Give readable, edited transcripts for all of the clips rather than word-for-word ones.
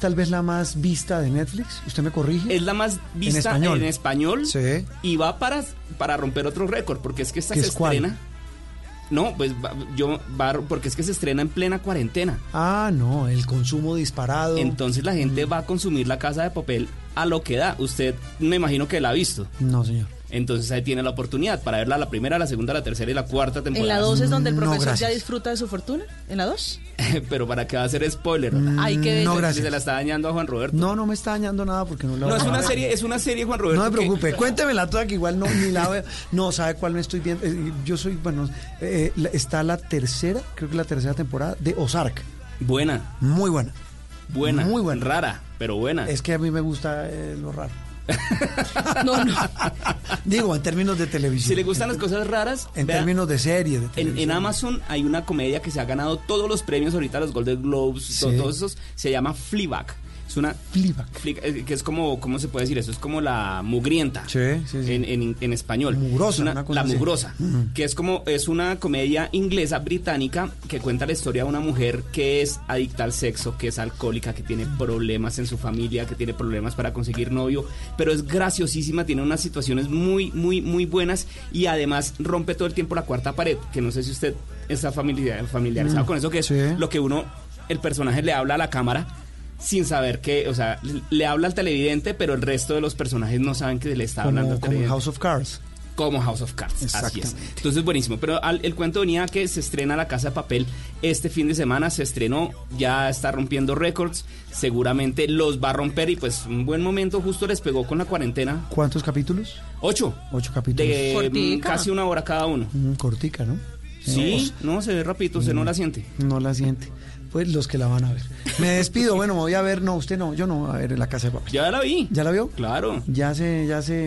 tal vez la más vista de Netflix. ¿Usted me corrige? Es la más vista en español. Sí. Y va para romper otro récord, porque es que esta ¿Qué se es cuál? estrena. No, pues porque es que se estrena en plena cuarentena. Ah, no, el consumo disparado. Entonces la gente va a consumir La Casa de Papel a lo que da. Usted me imagino que la ha visto. No, señor. Entonces ahí tiene la oportunidad para verla la primera, la segunda, la tercera y la cuarta temporada. ¿En la 2 es donde el No, profesor gracias. ya disfruta de su fortuna? ¿En la 2? Pero para qué va a ser spoiler. Ay, qué No, bello. gracias. Se la está dañando a Juan Roberto. No me está dañando nada porque no la No, voy a ver. es una serie, Juan Roberto. No me que- preocupe, cuéntemela toda que igual ni la veo. No, ¿sabe cuál me estoy viendo? Yo soy, está la tercera, creo que la tercera temporada de Ozark. Buena, Muy buena. Muy buena. rara, pero buena. Es que a mí me gusta lo raro. No. Digo, en términos de televisión. Si le gustan las cosas raras, En vea, términos de serie, de en televisión. Amazon hay una comedia que se ha ganado todos los premios ahorita, los Golden Globes, Sí. todos esos, se llama Fleabag. Es una Fleabag. que es como, ¿cómo se puede decir eso? Es como la mugrienta. Sí. En español. Mugrosa, Es una cosa la así. mugrosa, que es una comedia inglesa británica que cuenta la historia de una mujer que es adicta al sexo, que es alcohólica, que tiene problemas en su familia, que tiene problemas para conseguir novio, pero es graciosísima, tiene unas situaciones muy, muy, muy buenas y además rompe todo el tiempo la cuarta pared, que no sé si usted está familiarizado con eso, que es Sí. lo que el personaje le habla a la cámara sin saber que, o sea, le habla al televidente, pero el resto de los personajes no saben que le está hablando al Como televidente. House of Cards. Como House of Cards, así es. Exactamente. Entonces, buenísimo. Pero el cuento venía que se estrena La Casa de Papel este fin de semana, se estrenó, ya está rompiendo récords, seguramente los va a romper y pues un buen momento justo les pegó con la cuarentena. ¿Cuántos capítulos? 8. 8 capítulos. De Cortica. casi una hora cada uno. Cortica, ¿no? Sí, no, se ve rapidito, usted no la siente. No la siente. Pues los que la van a ver. Me despido, bueno, me voy a ver, no, usted no, yo no, a ver La Casa de Papel. Ya la vi. ¿Ya la vio? Claro. Ya se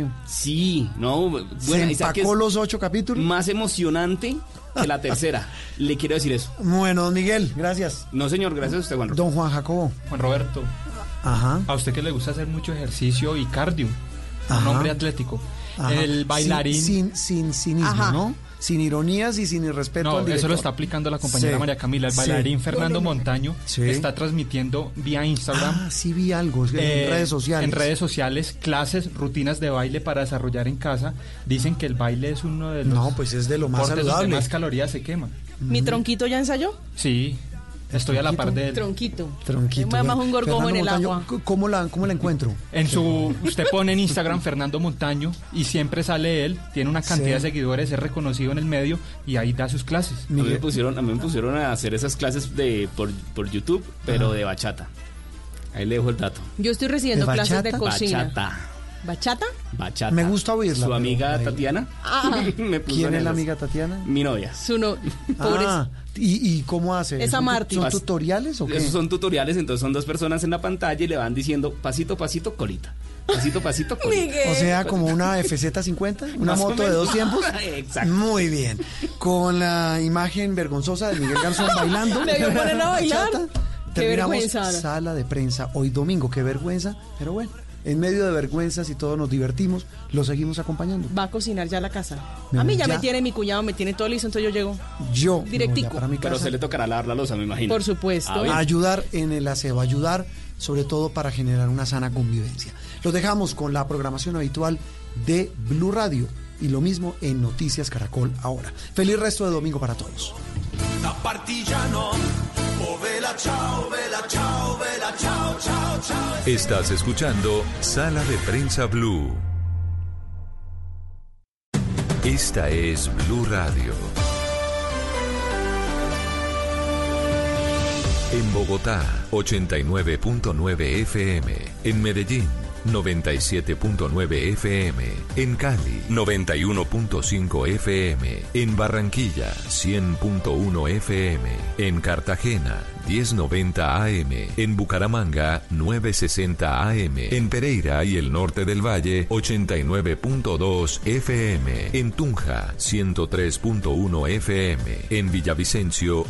Sí, no, se bueno, ¿y sabe qué es empacó los 8 capítulos. más emocionante que la tercera? Le quiero decir eso. Bueno, don Miguel, gracias. No, señor, gracias a usted, Juan. Don Juan Jacobo. Juan Roberto, Ajá. a usted que le gusta hacer mucho ejercicio y cardio, un Ajá. hombre atlético, Ajá. el bailarín... Sin cinismo, Ajá. ¿no? Sin ironías y sin irrespeto No, al director. eso lo está aplicando la compañera Sí. María Camila. El Sí. bailarín Fernando Montaño Sí. está transmitiendo vía Instagram, Ah, sí vi algo, es que en redes sociales. En redes sociales, clases, rutinas de baile para desarrollar en casa. Dicen que el baile es uno de los No, pues es de lo más deportes donde saludable. más calorías se queman. ¿Mi tronquito ya ensayó? Sí, estoy a la par de él. Tronquito. Tronquito. Me más un gorgojo en el Fernando agua. Montaño, ¿cómo la encuentro? Usted pone en Instagram Fernando Montaño y siempre sale él, tiene una cantidad Sí. de seguidores, es reconocido en el medio y ahí da sus clases. A mí Miguel. a mí me pusieron a hacer esas clases por YouTube, pero de bachata. Ahí le dejo el dato. Yo estoy recibiendo ¿De clases de bachata? cocina. Bachata. ¿Bachata? Bachata. Me gusta oírla, Su pero amiga baila. Tatiana. Ah. me puso ¿Quién en es la esas. amiga Tatiana? Mi novia. Su no. Pobre. Ah, ¿y cómo hace? Esa ¿Son Marti. ¿Son tutoriales o qué? Esos son tutoriales, entonces son dos personas en la pantalla y le van diciendo pasito a pasito, colita. Pasito a pasito, colita. Miguel. O sea, como una FZ50, una Más o moto de menos. 2 tiempos. Exacto. Muy bien. Con la imagen vergonzosa de Miguel Garzón bailando. Me vio poner a bailar. Bachata. Qué Terminamos vergüenza. sala de prensa hoy domingo. Qué vergüenza, pero bueno. En medio de vergüenzas y todos nos divertimos, lo seguimos acompañando. Va a cocinar ya la casa. Mi A mí amor, ya ya. me tiene mi cuñado, me tiene todo listo, entonces yo llego. Yo me voy Directico. ya para mi Pero casa se le tocará lavar la losa, me imagino. Por supuesto. Ah, a bien. ayudar en el aseo, ayudar sobre todo para generar una sana convivencia. Los dejamos con la programación habitual de Blue Radio y lo mismo en Noticias Caracol ahora. Feliz resto de domingo para todos. Da partigiano, oh vela ciao, ciao, ciao. Estás escuchando Sala de Prensa Blue. Esta es Blue Radio. En Bogotá, 89.9 FM. En Medellín, 97.9 FM. En Cali, 91.5 FM. En Barranquilla, 100.1 FM. En Cartagena, 1090 AM. En Bucaramanga, 960 AM. En Pereira y el norte del Valle, 89.2 FM. En Tunja, 103.1 FM. En Villavicencio,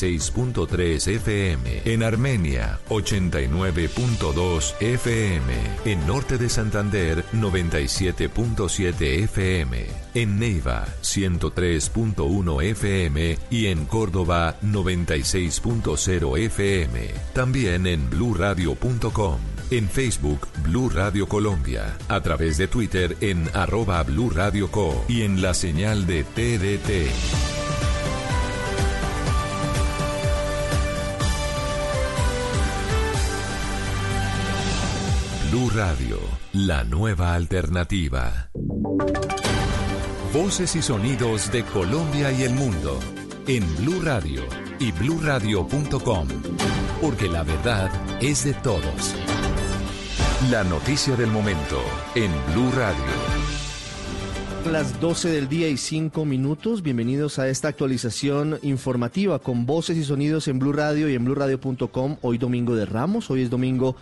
96.3 FM. En Armenia, 89.2 FM. En Norte de Santander, 97.7 FM. En Neiva, 103.1 FM. Y en Córdoba, 96.0 FM. También en bluradio.com. En Facebook, Blue Radio Colombia. A través de Twitter en @BlueRadioCo. Y en la señal de TDT. Blue Radio, la nueva alternativa. Voces y sonidos de Colombia y el mundo en Blue Radio y bluradio.com, porque la verdad es de todos. La noticia del momento en Blue Radio. Las 12 del día y 5 minutos. Bienvenidos a esta actualización informativa con voces y sonidos en Blue Radio y en bluradio.com. Hoy domingo de Ramos, hoy es domingo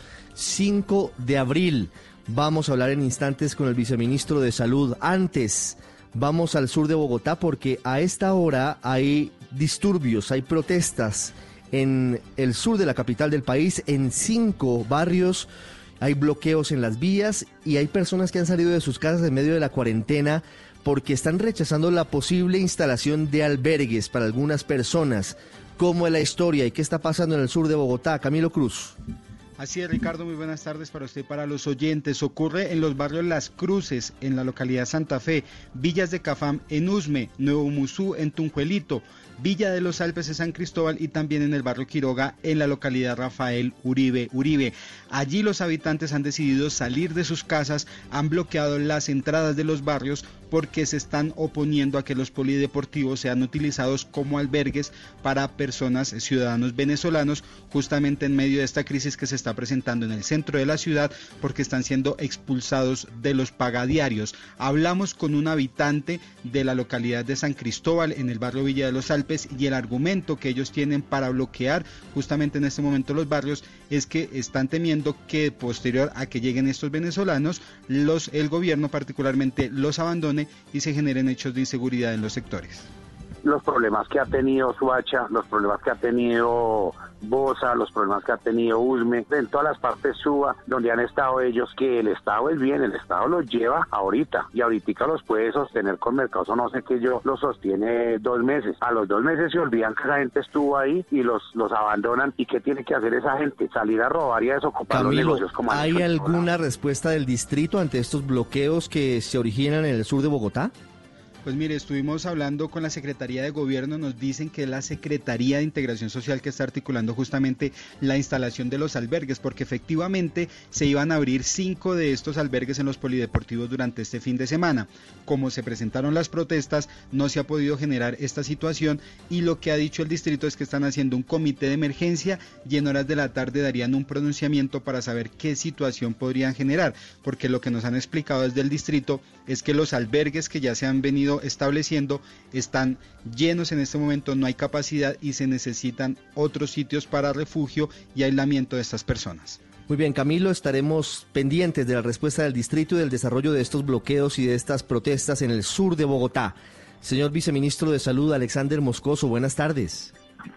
5 de abril. Vamos a hablar en instantes con el viceministro de Salud. Antes, vamos al sur de Bogotá porque a esta hora hay disturbios, hay protestas en el sur de la capital del país, en 5 barrios. Hay bloqueos en las vías y hay personas que han salido de sus casas en medio de la cuarentena porque están rechazando la posible instalación de albergues para algunas personas. ¿Cómo es la historia y qué está pasando en el sur de Bogotá? Camilo Cruz. Así es, Ricardo, muy buenas tardes para usted y para los oyentes. Ocurre en los barrios Las Cruces, en la localidad Santa Fe, Villas de Cafam en Usme, Nuevo Musú en Tunjuelito, Villa de los Alpes en San Cristóbal y también en el barrio Quiroga, en la localidad Rafael Uribe. Allí los habitantes han decidido salir de sus casas, han bloqueado las entradas de los barrios porque se están oponiendo a que los polideportivos sean utilizados como albergues para personas, ciudadanos venezolanos, justamente en medio de esta crisis que se está presentando en el centro de la ciudad porque están siendo expulsados de los pagadiarios. Hablamos con un habitante de la localidad de San Cristóbal, en el barrio Villa de los Alpes, y el argumento que ellos tienen para bloquear justamente en este momento los barrios es que están temiendo que posterior a que lleguen estos venezolanos, el gobierno particularmente los abandone y se generen hechos de inseguridad en los sectores. Los problemas que ha tenido Suacha, los problemas que ha tenido Bosa, los problemas que ha tenido Usme, en todas las partes Suba, donde han estado ellos, que el Estado es bien, el Estado los lleva ahorita, y ahorita los puede sostener con mercados, o no sé qué, yo los sostiene 2 meses. A los 2 meses se olvidan que esa gente estuvo ahí y los abandonan. ¿Y qué tiene que hacer esa gente? Salir a robar y a desocupar Camilo, los negocios como ¿hay alguna respuesta del distrito ante estos bloqueos que se originan en el sur de Bogotá? Pues mire, estuvimos hablando con la Secretaría de Gobierno, nos dicen que es la Secretaría de Integración Social que está articulando justamente la instalación de los albergues, porque efectivamente se iban a abrir 5 de estos albergues en los polideportivos durante este fin de semana. Como se presentaron las protestas, no se ha podido generar esta situación y lo que ha dicho el distrito es que están haciendo un comité de emergencia y en horas de la tarde darían un pronunciamiento para saber qué situación podrían generar, porque lo que nos han explicado desde el distrito es que los albergues que ya se han venido estableciendo están llenos en este momento, no hay capacidad y se necesitan otros sitios para refugio y aislamiento de estas personas. Muy bien, Camilo, estaremos pendientes de la respuesta del distrito y del desarrollo de estos bloqueos y de estas protestas en el sur de Bogotá. Señor viceministro de Salud, Alexander Moscoso, buenas tardes.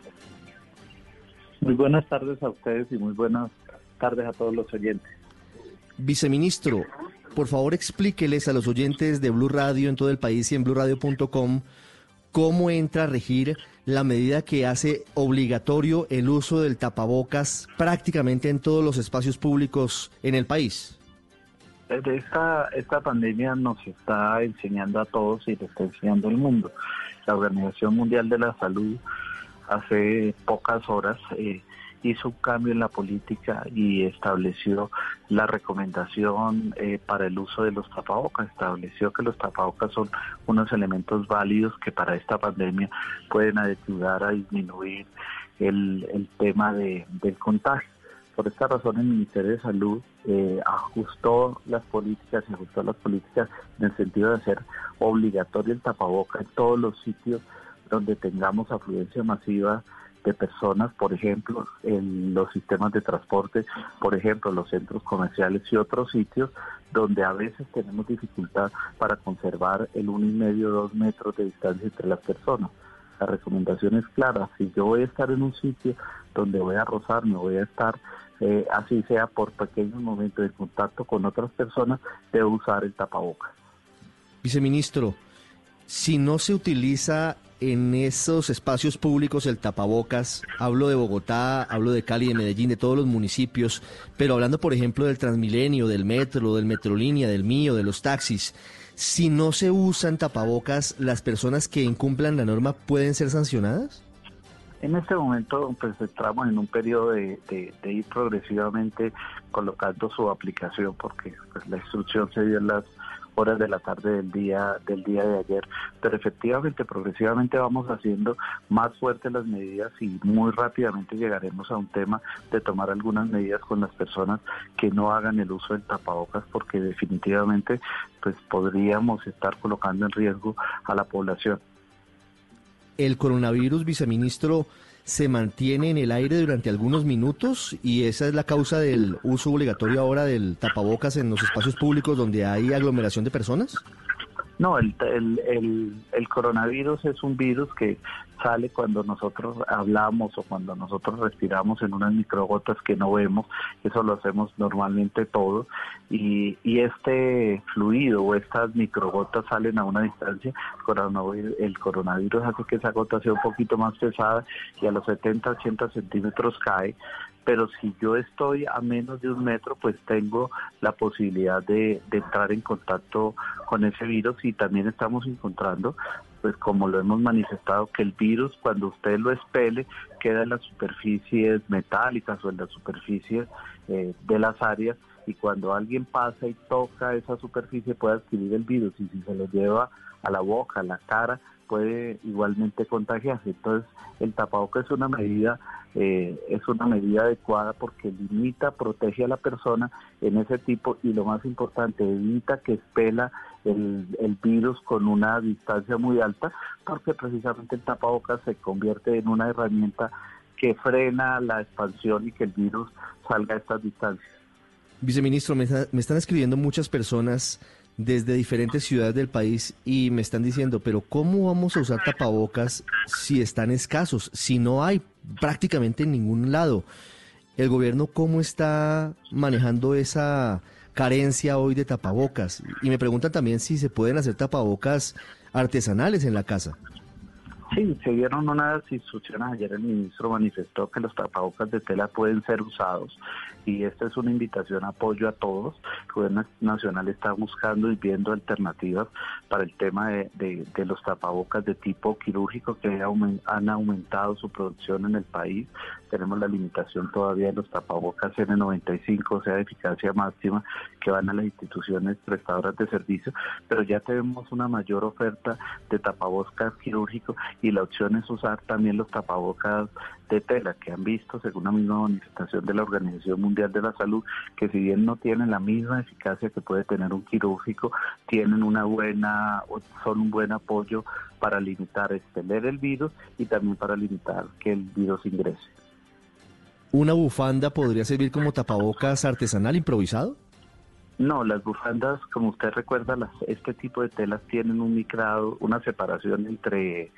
Muy buenas tardes a ustedes y muy buenas tardes a todos los oyentes. Viceministro, por favor explíqueles a los oyentes de Blue Radio en todo el país y en bluradio.com cómo entra a regir la medida que hace obligatorio el uso del tapabocas prácticamente en todos los espacios públicos en el país. Esta pandemia nos está enseñando a todos y le está enseñando al mundo. La Organización Mundial de la Salud hace pocas horas hizo un cambio en la política y estableció la recomendación para el uso de los tapabocas. Estableció que los tapabocas son unos elementos válidos que para esta pandemia pueden ayudar a disminuir el tema del contagio. Por esta razón el Ministerio de Salud ajustó las políticas en el sentido de hacer obligatorio el tapaboca en todos los sitios donde tengamos afluencia masiva de personas, por ejemplo, en los sistemas de transporte, por ejemplo, los centros comerciales y otros sitios donde a veces tenemos dificultad para conservar el 1,5 o 2 metros de distancia entre las personas. La recomendación es clara: si yo voy a estar en un sitio donde voy a rozarme, voy a estar así sea por pequeños momentos de contacto con otras personas, debe usar el tapabocas. Viceministro, si no se utiliza en esos espacios públicos el tapabocas, hablo de Bogotá, hablo de Cali, de Medellín, de todos los municipios, pero hablando por ejemplo del Transmilenio, del metro, del Metrolínea, del mío, de los taxis, si no se usan tapabocas, ¿las personas que incumplan la norma pueden ser sancionadas? En este momento pues entramos en un periodo de ir progresivamente colocando su aplicación, porque pues, la instrucción se dio en las horas de la tarde del día de ayer, pero efectivamente progresivamente vamos haciendo más fuertes las medidas y muy rápidamente llegaremos a un tema de tomar algunas medidas con las personas que no hagan el uso del tapabocas, porque definitivamente pues podríamos estar colocando en riesgo a la población. El coronavirus, viceministro, se mantiene en el aire durante algunos minutos y esa es la causa del uso obligatorio ahora del tapabocas en los espacios públicos donde hay aglomeración de personas. No, el coronavirus es un virus que sale cuando nosotros hablamos o cuando nosotros respiramos en unas microgotas que no vemos, eso lo hacemos normalmente todos, y este fluido o estas microgotas salen a una distancia. El coronavirus hace que esa gota sea un poquito más pesada y a los 70-80 centímetros cae, pero si yo estoy a menos de 1 metro, pues tengo la posibilidad de entrar en contacto con ese virus, y también estamos encontrando, pues como lo hemos manifestado, que el virus cuando usted lo expele queda en las superficies metálicas o en las superficies de las áreas, y cuando alguien pasa y toca esa superficie puede adquirir el virus, y si se lo lleva a la boca, a la cara, puede igualmente contagiarse. Entonces el tapabocas es una medida adecuada porque limita, protege a la persona en ese tipo, y lo más importante, evita que expela el virus con una distancia muy alta, porque precisamente el tapabocas se convierte en una herramienta que frena la expansión y que el virus salga a estas distancias. Viceministro, me están escribiendo muchas personas desde diferentes ciudades del país y me están diciendo, pero ¿cómo vamos a usar tapabocas si están escasos, si no hay prácticamente en ningún lado? ¿El gobierno cómo está manejando esa carencia hoy de tapabocas? Y me preguntan también si se pueden hacer tapabocas artesanales en la casa. Sí, se dieron unas instrucciones. Ayer el ministro manifestó que los tapabocas de tela pueden ser usados, y esta es una invitación, apoyo a todos. El gobierno nacional está buscando y viendo alternativas para el tema de los tapabocas de tipo quirúrgico, que han aumentado su producción en el país. Tenemos la limitación todavía de los tapabocas N95, o sea, de eficacia máxima, que van a las instituciones prestadoras de servicio, pero ya tenemos una mayor oferta de tapabocas quirúrgicos, y la opción es usar también los tapabocas de tela, que han visto, según la misma manifestación de la Organización Mundial de la Salud, que si bien no tienen la misma eficacia que puede tener un quirúrgico, tienen son un buen apoyo para limitar, expeler el virus y también para limitar que el virus ingrese. ¿Una bufanda podría servir como tapabocas artesanal improvisado? No, las bufandas, como usted recuerda, este tipo de telas tienen un micrado, una separación entre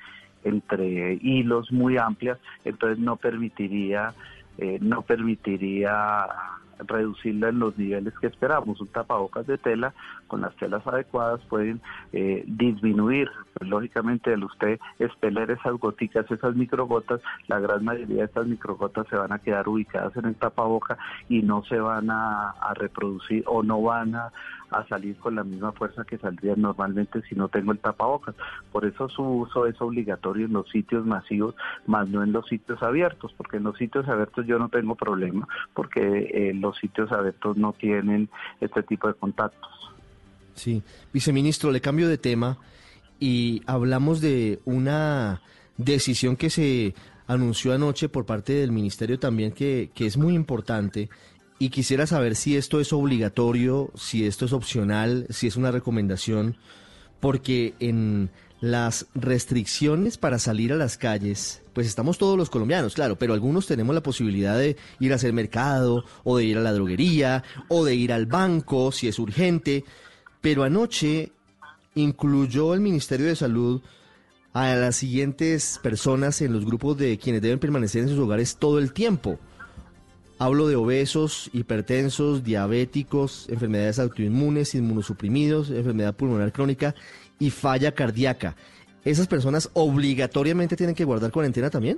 hilos muy amplias, entonces no permitiría reducirla en los niveles que esperamos. Un tapabocas de tela con las telas adecuadas pueden disminuir, pues, lógicamente, al usted expeler esas goticas, esas microgotas, la gran mayoría de estas microgotas se van a quedar ubicadas en el tapaboca y no se van a reproducir o no van a salir con la misma fuerza que saldrían normalmente si no tengo el tapabocas. Por eso su uso es obligatorio en los sitios masivos, más no en los sitios abiertos, porque en los sitios abiertos yo no tengo problema, porque los sitios abiertos no tienen este tipo de contactos. Sí, viceministro, le cambio de tema y hablamos de una decisión que se anunció anoche por parte del ministerio también, que es muy importante. Y quisiera saber si esto es obligatorio, si esto es opcional, si es una recomendación, porque en las restricciones para salir a las calles, pues estamos todos los colombianos, claro, pero algunos tenemos la posibilidad de ir a hacer mercado, o de ir a la droguería, o de ir al banco, si es urgente. Pero anoche incluyó el Ministerio de Salud a las siguientes personas en los grupos de quienes deben permanecer en sus hogares todo el tiempo. Hablo de obesos, hipertensos, diabéticos, enfermedades autoinmunes, inmunosuprimidos, enfermedad pulmonar crónica y falla cardíaca. ¿Esas personas obligatoriamente tienen que guardar cuarentena también?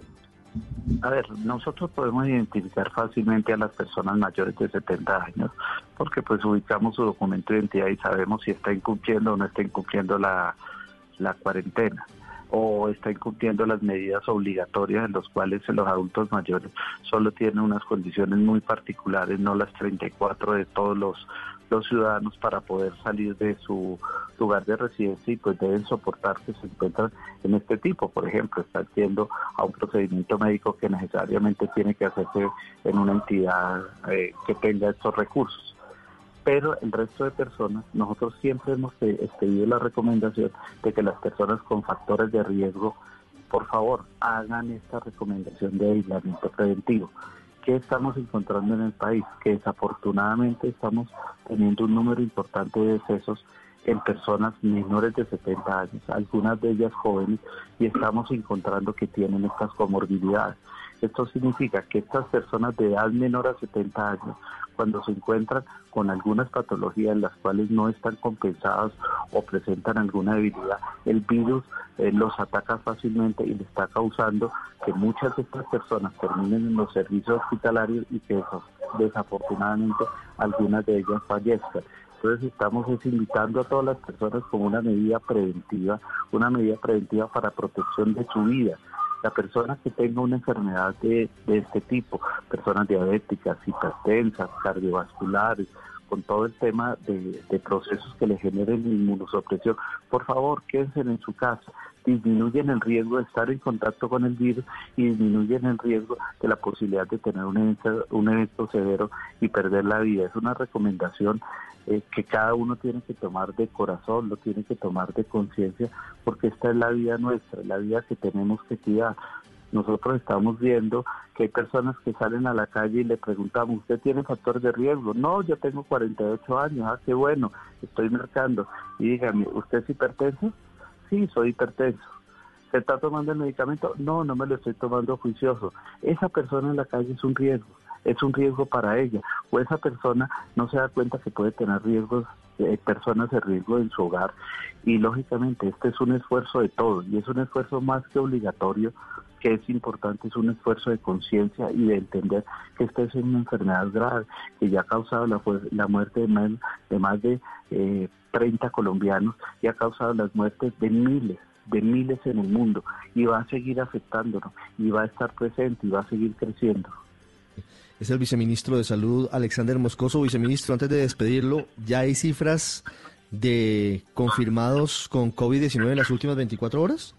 A ver, nosotros podemos identificar fácilmente a las personas mayores de 70 años porque pues ubicamos su documento de identidad y sabemos si está incumpliendo o no está incumpliendo la cuarentena o está incumpliendo las medidas obligatorias en las cuales los adultos mayores solo tienen unas condiciones muy particulares, no las 34 de todos los ciudadanos para poder salir de su lugar de residencia y pues deben soportar que se encuentran en este tipo. Por ejemplo, están yendo a un procedimiento médico que necesariamente tiene que hacerse en una entidad que tenga estos recursos. Pero el resto de personas, nosotros siempre hemos pedido la recomendación de que las personas con factores de riesgo, por favor, hagan esta recomendación de aislamiento preventivo. ¿Qué estamos encontrando en el país? Que desafortunadamente estamos teniendo un número importante de decesos en personas menores de 70 años, algunas de ellas jóvenes, y estamos encontrando que tienen estas comorbilidades. Esto significa que estas personas de edad menor a 70 años, cuando se encuentran con algunas patologías en las cuales no están compensadas o presentan alguna debilidad, el virus los ataca fácilmente y le está causando que muchas de estas personas terminen en los servicios hospitalarios y que desafortunadamente algunas de ellas fallezcan. Entonces estamos invitando a todas las personas como una medida preventiva para protección de su vida. La persona que tenga una enfermedad de este tipo, personas diabéticas, hipertensas, cardiovasculares, con todo el tema de procesos que le generen inmunosupresión, por favor, quédense en su casa, disminuyen el riesgo de estar en contacto con el virus y disminuyen el riesgo de la posibilidad de tener un evento severo y perder la vida. Es una recomendación que cada uno tiene que tomar de corazón, lo tiene que tomar de conciencia, porque esta es la vida nuestra, la vida que tenemos que cuidar. Nosotros estamos viendo que hay personas que salen a la calle y le preguntamos, ¿usted tiene factores de riesgo? No, yo tengo 48 años, qué bueno, estoy marcando. Y dígame, ¿usted es hipertenso? Sí, soy hipertenso. ¿Se está tomando el medicamento? No, no me lo estoy tomando juicioso. Esa persona en la calle es un riesgo para ella, o esa persona no se da cuenta que puede tener riesgos, personas de riesgo en su hogar, y lógicamente este es un esfuerzo de todos, y es un esfuerzo más que obligatorio, que es importante, es un esfuerzo de conciencia y de entender que esta es una enfermedad grave, que ya ha causado la muerte de más de 30 colombianos, y ha causado las muertes de miles en el mundo, y va a seguir afectándonos, y va a estar presente, y va a seguir creciendo. Es el viceministro de Salud, Alexander Moscoso. Viceministro, antes de despedirlo, ¿ya hay cifras de confirmados con COVID-19 en las últimas 24 horas?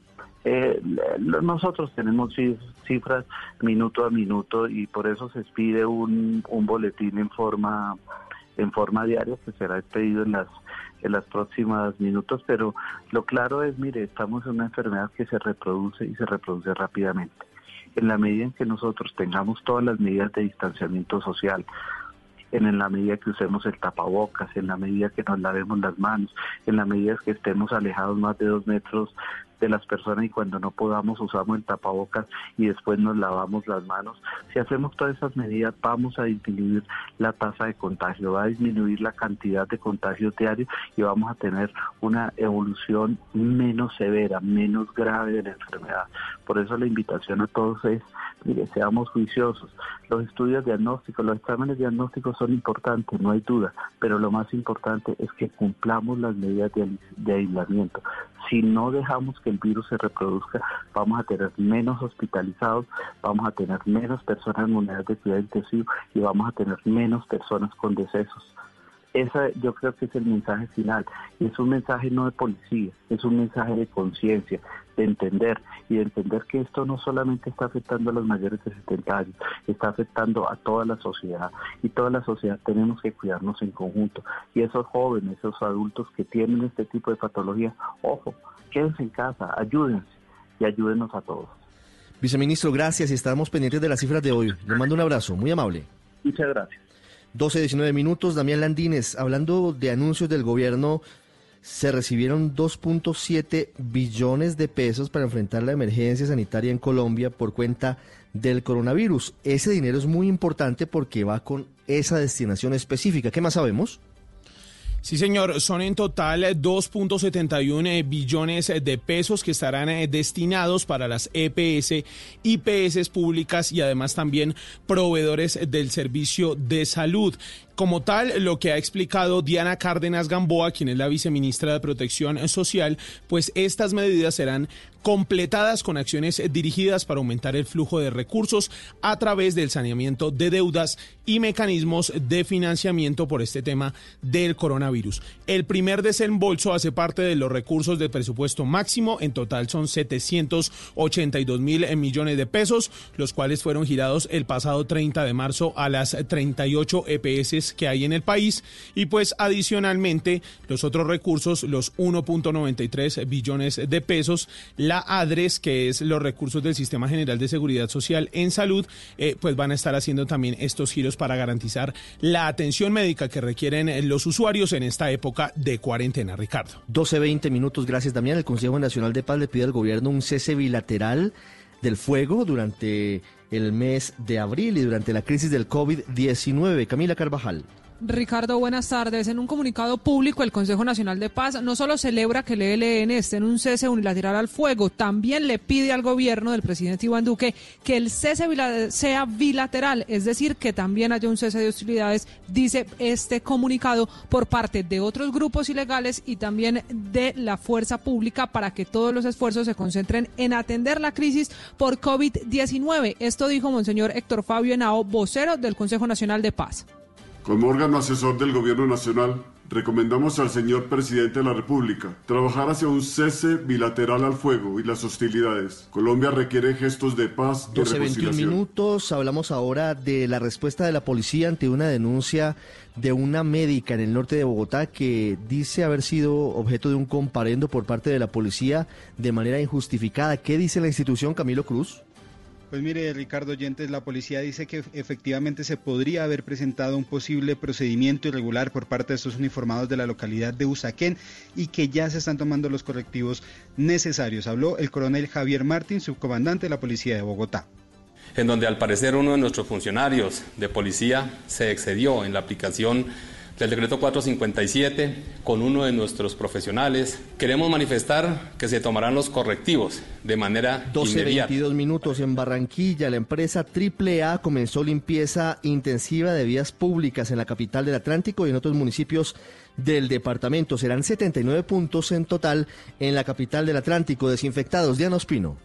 Nosotros tenemos cifras minuto a minuto y por eso se expide un boletín en forma diaria que será expedido en las próximas minutos, pero lo claro es, mire, estamos en una enfermedad que se reproduce y se reproduce rápidamente. En la medida en que nosotros tengamos todas las medidas de distanciamiento social, en la medida que usemos el tapabocas, en la medida que nos lavemos las manos, en la medida que estemos alejados más de 2 metros de las personas y cuando no podamos usamos el tapabocas y después nos lavamos las manos. Si hacemos todas esas medidas vamos a disminuir la tasa de contagio, va a disminuir la cantidad de contagios diarios y vamos a tener una evolución menos severa, menos grave de la enfermedad. Por eso la invitación a todos es, mire, seamos juiciosos. Los estudios diagnósticos, los exámenes diagnósticos son importantes, no hay duda, pero lo más importante es que cumplamos las medidas de aislamiento. Si no dejamos que el virus se reproduzca, vamos a tener menos hospitalizados, vamos a tener menos personas en unidades de cuidado intensivo y vamos a tener menos personas con decesos. Yo creo que es el mensaje final, y es un mensaje no de policía, es un mensaje de conciencia, de entender que esto no solamente está afectando a los mayores de 70 años, está afectando a toda la sociedad, y toda la sociedad tenemos que cuidarnos en conjunto, y esos jóvenes, esos adultos que tienen este tipo de patología, ojo, quédense en casa, ayúdense y ayúdenos a todos. Viceministro, gracias y estamos pendientes de las cifras de hoy. Le mando un abrazo, muy amable. Muchas gracias. 12:19 minutos, Damián Landines, hablando de anuncios del gobierno, se recibieron 2.7 billones de pesos para enfrentar la emergencia sanitaria en Colombia por cuenta del coronavirus. Ese dinero es muy importante porque va con esa destinación específica. ¿Qué más sabemos? Sí, señor, son en total 2.71 billones de pesos que estarán destinados para las EPS, IPS públicas y además también proveedores del servicio de salud. Como tal, lo que ha explicado Diana Cárdenas Gamboa, quien es la viceministra de Protección Social, pues estas medidas serán completadas con acciones dirigidas para aumentar el flujo de recursos a través del saneamiento de deudas y mecanismos de financiamiento por este tema del coronavirus. El primer desembolso hace parte de los recursos del presupuesto máximo, en total son 782.000 millones de pesos, los cuales fueron girados el pasado 30 de marzo a las 38 EPS que hay en el país, y pues adicionalmente los otros recursos, los 1.93 billones de pesos, la ADRES, que es los recursos del Sistema General de Seguridad Social en Salud, pues van a estar haciendo también estos giros para garantizar la atención médica que requieren los usuarios en esta época de cuarentena. Ricardo. 12:20 minutos, gracias Damián. El Consejo Nacional de Paz le pide al gobierno un cese bilateral del fuego durante el mes de abril y durante la crisis del COVID-19. Camila Carvajal. Ricardo, buenas tardes. En un comunicado público, el Consejo Nacional de Paz no solo celebra que el ELN esté en un cese unilateral al fuego, también le pide al gobierno del presidente Iván Duque que el cese sea bilateral, es decir, que también haya un cese de hostilidades, dice este comunicado, por parte de otros grupos ilegales y también de la fuerza pública, para que todos los esfuerzos se concentren en atender la crisis por COVID-19. Esto dijo Monseñor Héctor Fabio Henao, vocero del Consejo Nacional de Paz. Como órgano asesor del Gobierno Nacional, recomendamos al señor Presidente de la República trabajar hacia un cese bilateral al fuego y las hostilidades. Colombia requiere gestos de paz y 12:21 minutos. Hablamos ahora de la respuesta de la policía ante una denuncia de una médica en el norte de Bogotá que dice haber sido objeto de un comparendo por parte de la policía de manera injustificada. ¿Qué dice la institución, Camilo Cruz? Pues mire, Ricardo Oyentes, la policía dice que efectivamente se podría haber presentado un posible procedimiento irregular por parte de estos uniformados de la localidad de Usaquén y que ya se están tomando los correctivos necesarios. Habló el coronel Javier Martín, subcomandante de la policía de Bogotá. En donde al parecer uno de nuestros funcionarios de policía se excedió en la aplicación del decreto 457 con uno de nuestros profesionales. Queremos manifestar que se tomarán los correctivos de manera 12:22 minutos. En Barranquilla, la empresa AAA comenzó limpieza intensiva de vías públicas en la capital del Atlántico y en otros municipios del departamento. Serán 79 puntos en total en la capital del Atlántico desinfectados. Diana Ospino.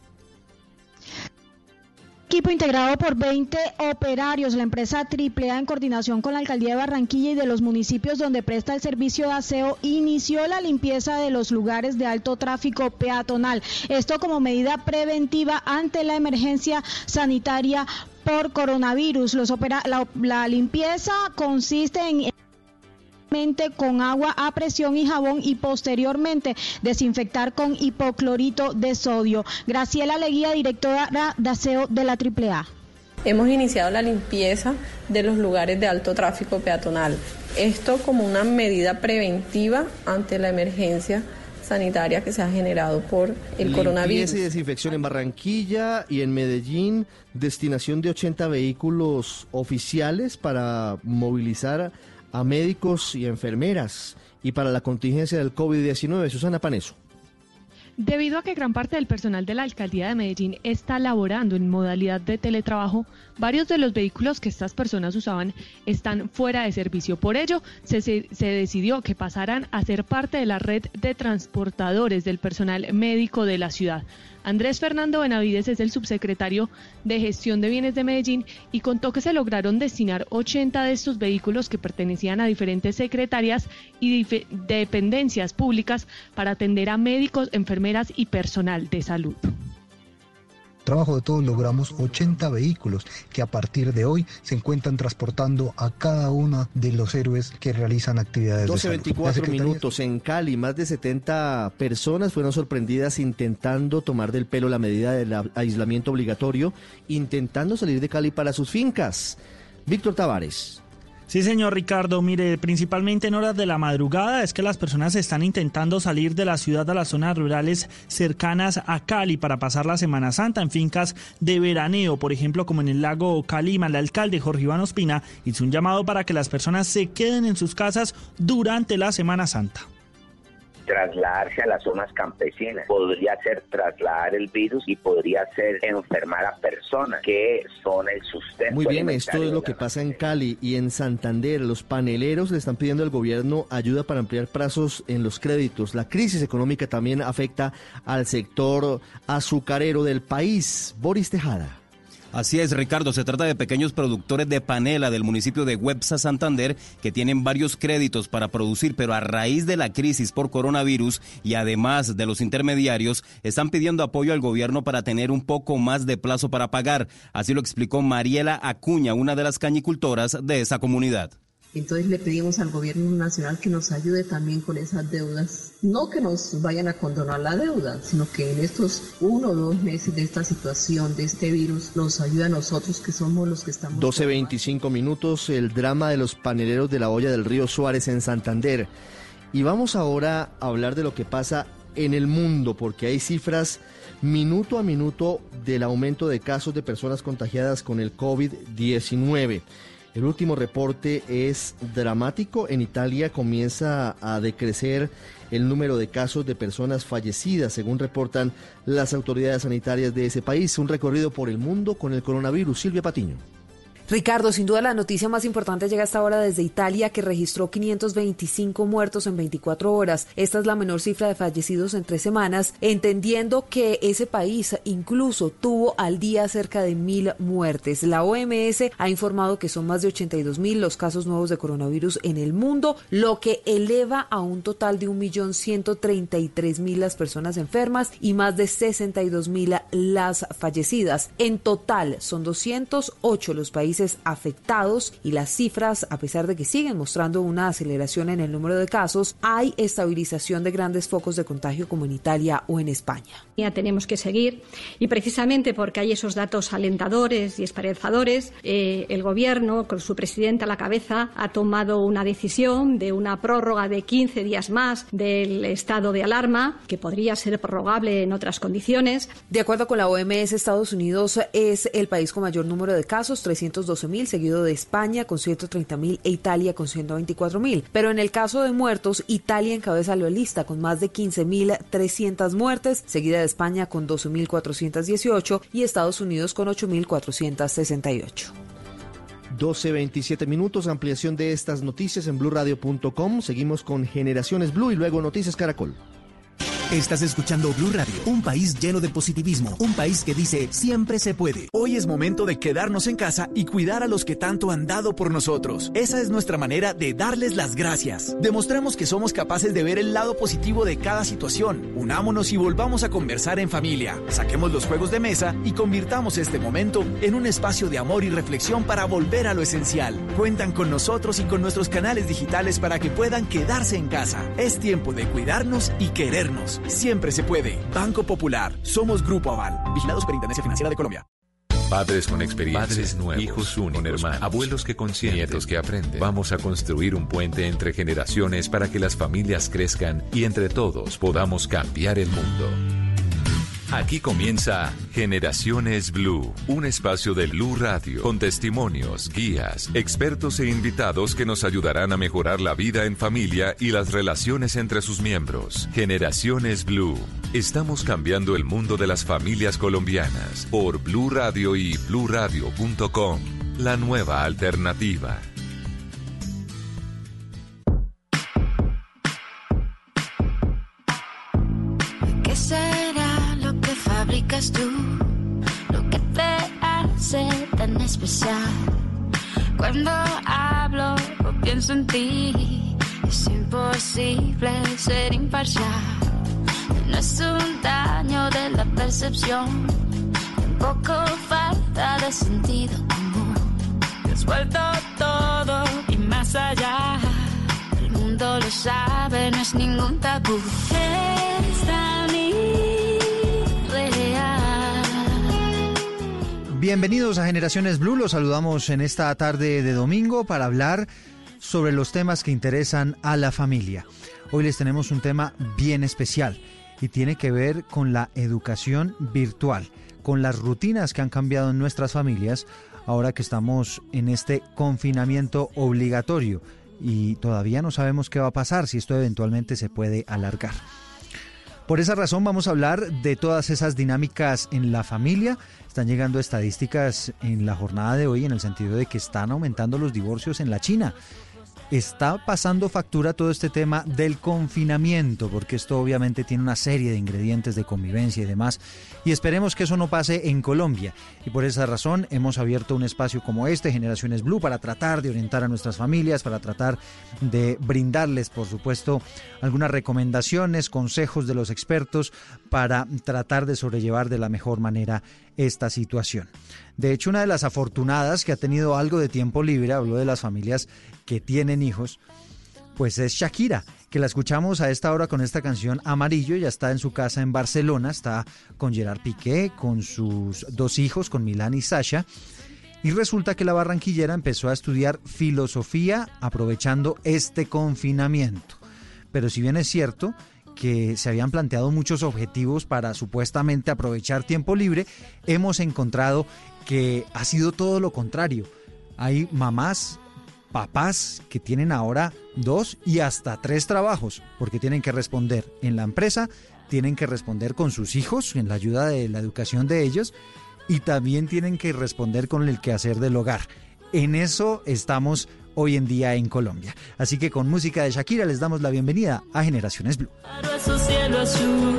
Equipo integrado por 20 operarios, la empresa AAA en coordinación con la alcaldía de Barranquilla y de los municipios donde presta el servicio de aseo, inició la limpieza de los lugares de alto tráfico peatonal. Esto como medida preventiva ante la emergencia sanitaria por coronavirus. La limpieza consiste en con agua a presión y jabón y posteriormente desinfectar con hipoclorito de sodio. Graciela Leguía, directora de aseo de la AAA. Hemos iniciado la limpieza de los lugares de alto tráfico peatonal. Esto como una medida preventiva ante la emergencia sanitaria que se ha generado por el coronavirus. Limpieza y desinfección en Barranquilla y en Medellín, destinación de 80 vehículos oficiales para movilizar a médicos y enfermeras y para la contingencia del COVID-19. Susana Paneso. Debido a que gran parte del personal de la alcaldía de Medellín está laborando en modalidad de teletrabajo, varios de los vehículos que estas personas usaban están fuera de servicio. Por ello, se decidió que pasaran a ser parte de la red de transportadores del personal médico de la ciudad. Andrés Fernando Benavides es el subsecretario de Gestión de Bienes de Medellín y contó que se lograron destinar 80 de estos vehículos que pertenecían a diferentes secretarías y dependencias públicas para atender a médicos, enfermeras y personal de salud. Trabajo de todos logramos 80 vehículos que a partir de hoy se encuentran transportando a cada uno de los héroes que realizan actividades de salud. 12:24 minutos. En Cali, más de 70 personas fueron sorprendidas intentando tomar del pelo la medida del aislamiento obligatorio, intentando salir de Cali para sus fincas. Víctor Tavares. Sí, señor Ricardo, mire, principalmente en horas de la madrugada es que las personas están intentando salir de la ciudad a las zonas rurales cercanas a Cali para pasar la Semana Santa en fincas de veraneo, por ejemplo, como en el lago Calima. El alcalde Jorge Iván Ospina hizo un llamado para que las personas se queden en sus casas durante la Semana Santa. Trasladarse a las zonas campesinas podría ser trasladar el virus y podría ser enfermar a personas que son el sustento. Muy bien, esto es lo que pasa en Cali y en Santander. Los paneleros le están pidiendo al gobierno ayuda para ampliar plazos en los créditos. La crisis económica también afecta al sector azucarero del país. Boris Tejada. Así es, Ricardo, se trata de pequeños productores de panela del municipio de Websa, Santander, que tienen varios créditos para producir, pero a raíz de la crisis por coronavirus y además de los intermediarios, están pidiendo apoyo al gobierno para tener un poco más de plazo para pagar. Así lo explicó Mariela Acuña, una de las cañicultoras de esa comunidad. Entonces le pedimos al gobierno nacional que nos ayude también con esas deudas. No que nos vayan a condonar la deuda, sino que en estos 1 o 2 meses de esta situación, de este virus, nos ayude a nosotros que somos los que estamos... 12:25 minutos, el drama de los paneleros de la olla del río Suárez en Santander. Y vamos ahora a hablar de lo que pasa en el mundo, porque hay cifras minuto a minuto del aumento de casos de personas contagiadas con el COVID-19. El último reporte es dramático. En Italia comienza a decrecer el número de casos de personas fallecidas, según reportan las autoridades sanitarias de ese país. Un recorrido por el mundo con el coronavirus. Silvia Patiño. Ricardo, sin duda la noticia más importante llega hasta ahora desde Italia, que registró 525 muertos en 24 horas. Esta es la menor cifra de fallecidos en 3 semanas, entendiendo que ese país incluso tuvo al día cerca de 1.000 muertes. La OMS ha informado que son más de 82.000 los casos nuevos de coronavirus en el mundo, lo que eleva a un total de 1.133.000 las personas enfermas y más de 62.000 las fallecidas. En total son 208 los países afectados y las cifras, a pesar de que siguen mostrando una aceleración en el número de casos, hay estabilización de grandes focos de contagio como en Italia o en España. Ya tenemos que seguir y precisamente porque hay esos datos alentadores y esperanzadores, el gobierno, con su presidente a la cabeza, ha tomado una decisión de una prórroga de 15 días más del estado de alarma, que podría ser prorrogable en otras condiciones. De acuerdo con la OMS, Estados Unidos es el país con mayor número de casos, 312.000, seguido de España con 130.000 e Italia con 124.000. Pero en el caso de muertos, Italia encabeza la lista con más de 15.300 muertes, seguida de España con 12.418 y Estados Unidos con 8.468. 12:27 minutos, ampliación de estas noticias en blurradio.com. Seguimos con Generaciones Blue y luego Noticias Caracol. Estás escuchando Blue Radio, un país lleno de positivismo, un país que dice siempre se puede. Hoy es momento de quedarnos en casa y cuidar a los que tanto han dado por nosotros. Esa es nuestra manera de darles las gracias. Demostremos que somos capaces de ver el lado positivo de cada situación. Unámonos y volvamos a conversar en familia. Saquemos los juegos de mesa y convirtamos este momento en un espacio de amor y reflexión para volver a lo esencial. Cuentan con nosotros y con nuestros canales digitales para que puedan quedarse en casa. Es tiempo de cuidarnos y querernos. Siempre se puede. Banco Popular. Somos Grupo Aval. Vigilado Superintendencia Financiera de Colombia. Padres con experiencia, padres nuevos, hijos únicos, con hermanos, abuelos que consienten, nietos que aprenden. Vamos a construir un puente entre generaciones para que las familias crezcan y entre todos podamos cambiar el mundo. Aquí comienza Generaciones Blue, un espacio de Blue Radio con testimonios, guías, expertos e invitados que nos ayudarán a mejorar la vida en familia y las relaciones entre sus miembros. Generaciones Blue. Estamos cambiando el mundo de las familias colombianas por Blue Radio y bluradio.com. La nueva alternativa. ¿Qué será lo que fabricas tú? Lo que te hace tan especial. Cuando hablo o pienso en ti, es imposible ser imparcial. No es un daño de la percepción, tampoco falta de sentido común. Te has vuelto todo y más allá. El mundo lo sabe, no es ningún tabú. Es tan irreal. Bienvenidos a Generaciones Blue, los saludamos en esta tarde de domingo para hablar sobre los temas que interesan a la familia. Hoy les tenemos un tema bien especial y tiene que ver con la educación virtual, con las rutinas que han cambiado en nuestras familias ahora que estamos en este confinamiento obligatorio y todavía no sabemos qué va a pasar, si esto eventualmente se puede alargar. Por esa razón vamos a hablar de todas esas dinámicas en la familia. Están llegando estadísticas en la jornada de hoy en el sentido de que están aumentando los divorcios en la China. Está pasando factura todo este tema del confinamiento, porque esto obviamente tiene una serie de ingredientes de convivencia y demás, y esperemos que eso no pase en Colombia. Y por esa razón hemos abierto un espacio como este, Generaciones Blue, para tratar de orientar a nuestras familias, para tratar de brindarles, por supuesto, algunas recomendaciones, consejos de los expertos para tratar de sobrellevar de la mejor manera esta situación. De hecho, una de las afortunadas que ha tenido algo de tiempo libre, habló de las familias que tienen hijos, pues es Shakira, que la escuchamos a esta hora con esta canción Amarillo. Ya está en su casa en Barcelona, está con Gerard Piqué, con sus dos hijos, con Milán y Sasha. Y resulta que la barranquillera empezó a estudiar filosofía aprovechando este confinamiento. Pero si bien es cierto que se habían planteado muchos objetivos para supuestamente aprovechar tiempo libre, hemos encontrado que ha sido todo lo contrario. Hay mamás, papás que tienen ahora 2 y hasta 3 trabajos, porque tienen que responder en la empresa, tienen que responder con sus hijos, en la ayuda de la educación de ellos, y también tienen que responder con el quehacer del hogar. En eso estamos hoy en día en Colombia. Así que con música de Shakira les damos la bienvenida a Generaciones Blue. Su cielo azul,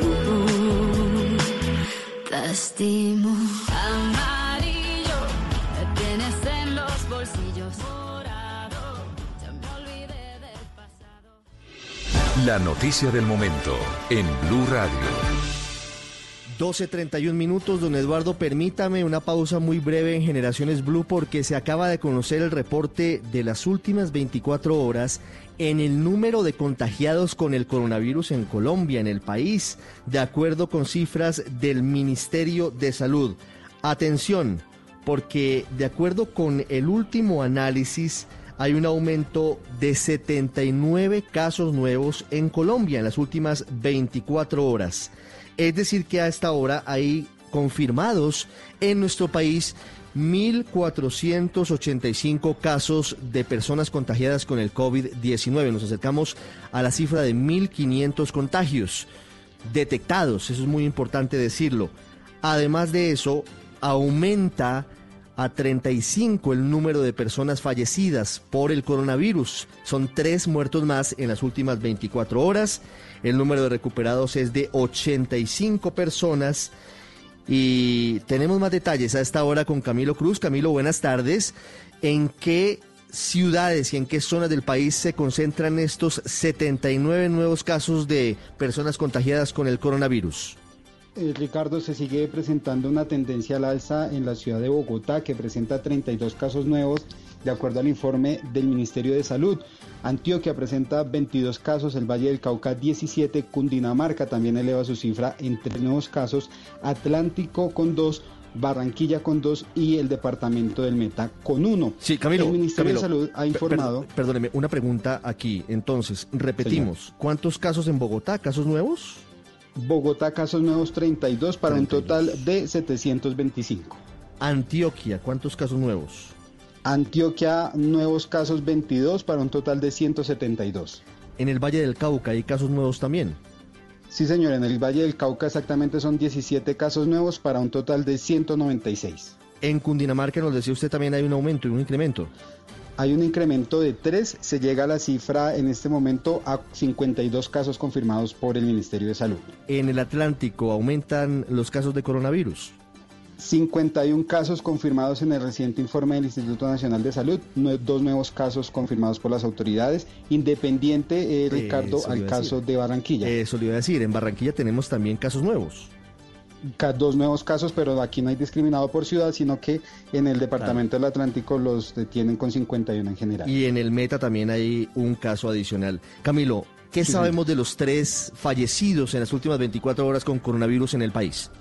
te estimo. Amarillo, me tienes en los bolsillos. Morado, ya me olvidé del pasado. La noticia del momento en Blue Radio. 12:31 minutos, don Eduardo, permítame una pausa muy breve en Generaciones Blue porque se acaba de conocer el reporte de las últimas 24 horas en el número de contagiados con el coronavirus en Colombia, en el país, de acuerdo con cifras del Ministerio de Salud. Atención, porque de acuerdo con el último análisis hay un aumento de 79 casos nuevos en Colombia en las últimas 24 horas. Es decir que a esta hora hay confirmados en nuestro país 1.485 casos de personas contagiadas con el COVID-19. Nos acercamos a la cifra de 1.500 contagios detectados, eso es muy importante decirlo. Además de eso, aumenta a 35 el número de personas fallecidas por el coronavirus. Son 3 muertos más en las últimas 24 horas. El número de recuperados es de 85 personas. Y tenemos más detalles a esta hora con Camilo Cruz. Camilo, buenas tardes. ¿En qué ciudades y en qué zonas del país se concentran estos 79 nuevos casos de personas contagiadas con el coronavirus? Ricardo, se sigue presentando una tendencia al alza en la ciudad de Bogotá, que presenta 32 casos nuevos, de acuerdo al informe del Ministerio de Salud. Antioquia presenta 22 casos, el Valle del Cauca 17, Cundinamarca también eleva su cifra en 3 nuevos casos, Atlántico con 2, Barranquilla con 2 y el departamento del Meta con 1. Sí, Camilo. El Ministerio de Salud ha informado... Perdóneme, una pregunta aquí. Entonces, repetimos, señor, ¿cuántos casos en Bogotá? ¿Casos nuevos? Bogotá, casos nuevos 32 para 32. Un total de 725. Antioquia, ¿cuántos casos nuevos? Antioquia, nuevos casos 22 para un total de 172. ¿En el Valle del Cauca hay casos nuevos también? Sí, señor, en el Valle del Cauca exactamente son 17 casos nuevos para un total de 196. En Cundinamarca, nos decía usted, también hay un aumento y un incremento. Hay un incremento de 3, se llega a la cifra en este momento a 52 casos confirmados por el Ministerio de Salud. ¿En el Atlántico aumentan los casos de coronavirus? 51 casos confirmados en el reciente informe del Instituto Nacional de Salud, 2 nuevos casos confirmados por las autoridades, independiente, Ricardo, al caso de Barranquilla. Eso le iba a decir, en Barranquilla tenemos también casos nuevos. 2 nuevos casos, pero aquí no hay discriminado por ciudad, sino que en el departamento del Atlántico los detienen con 51 en general. Y en el Meta también hay un caso adicional. Camilo, ¿qué sabemos de los 3 fallecidos en las últimas 24 horas con coronavirus en el país?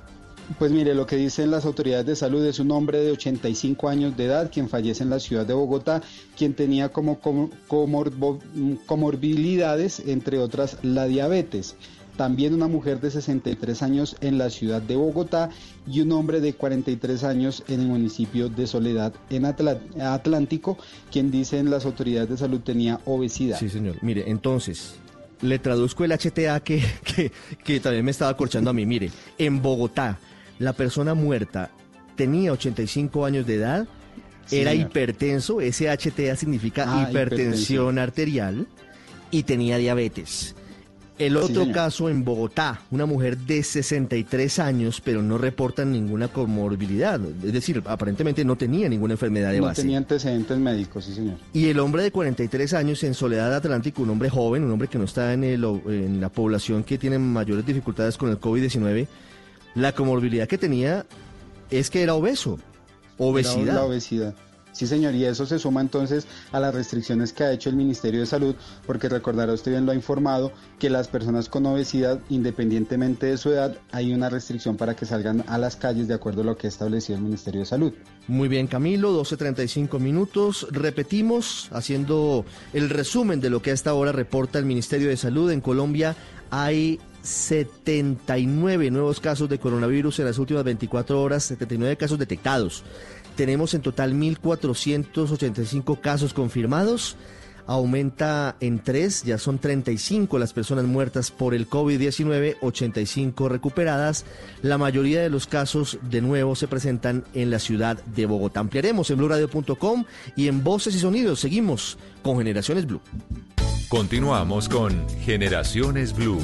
Pues mire, lo que dicen las autoridades de salud es un hombre de 85 años de edad quien fallece en la ciudad de Bogotá, quien tenía como comorbilidades, entre otras, la diabetes. También una mujer de 63 años en la ciudad de Bogotá y un hombre de 43 años en el municipio de Soledad, en Atlántico, quien dicen las autoridades de salud tenía obesidad. Sí, señor. Mire, entonces, le traduzco el HTA que también me estaba acorchando a mí. Mire, en Bogotá, la persona muerta tenía 85 años de edad, sí, era señor. Hipertenso, ese HTA significa hipertensión arterial, y tenía diabetes. El otro caso en Bogotá, una mujer de 63 años, pero no reportan ninguna comorbilidad, es decir, aparentemente no tenía ninguna enfermedad de base. No tenía antecedentes médicos, sí señor. Y el hombre de 43 años en Soledad Atlántico, un hombre joven, un hombre que no está en la población que tiene mayores dificultades con el COVID-19, la comorbilidad que tenía es que era obeso, obesidad. Era la obesidad. Sí, señor, y eso se suma entonces a las restricciones que ha hecho el Ministerio de Salud, porque recordará, usted bien lo ha informado, que las personas con obesidad, independientemente de su edad, hay una restricción para que salgan a las calles de acuerdo a lo que ha establecido el Ministerio de Salud. Muy bien, Camilo, 12:35 minutos. Repetimos, haciendo el resumen de lo que a esta hora reporta el Ministerio de Salud. En Colombia hay 79 nuevos casos de coronavirus en las últimas 24 horas, 79 casos detectados. Tenemos en total 1.485 casos confirmados, aumenta en 3, ya son 35 las personas muertas por el COVID-19, 85 recuperadas. La mayoría de los casos de nuevo se presentan en la ciudad de Bogotá. Ampliaremos en BluRadio.com y en Voces y Sonidos. Seguimos con Generaciones Blue. Continuamos con Generaciones Blue.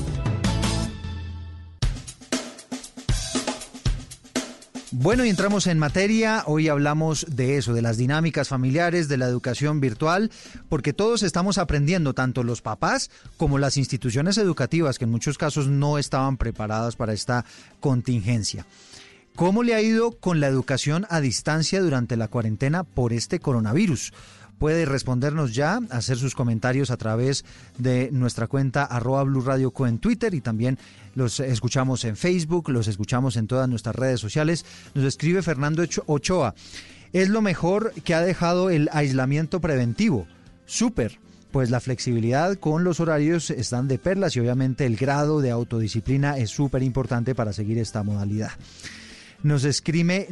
Bueno, y entramos en materia. Hoy hablamos de eso, de las dinámicas familiares, de la educación virtual, porque todos estamos aprendiendo, tanto los papás como las instituciones educativas, que en muchos casos no estaban preparadas para esta contingencia. ¿Cómo le ha ido con la educación a distancia durante la cuarentena por este coronavirus? Puede respondernos ya, hacer sus comentarios a través de nuestra cuenta @BluRadioCo en Twitter, y también los escuchamos en Facebook, los escuchamos en todas nuestras redes sociales. Nos escribe Fernando Ochoa: es lo mejor que ha dejado el aislamiento preventivo. Súper, pues la flexibilidad con los horarios están de perlas y obviamente el grado de autodisciplina es súper importante para seguir esta modalidad. Nos escribe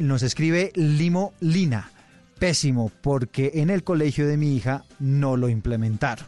Limo Lina: pésimo, porque en el colegio de mi hija no lo implementaron.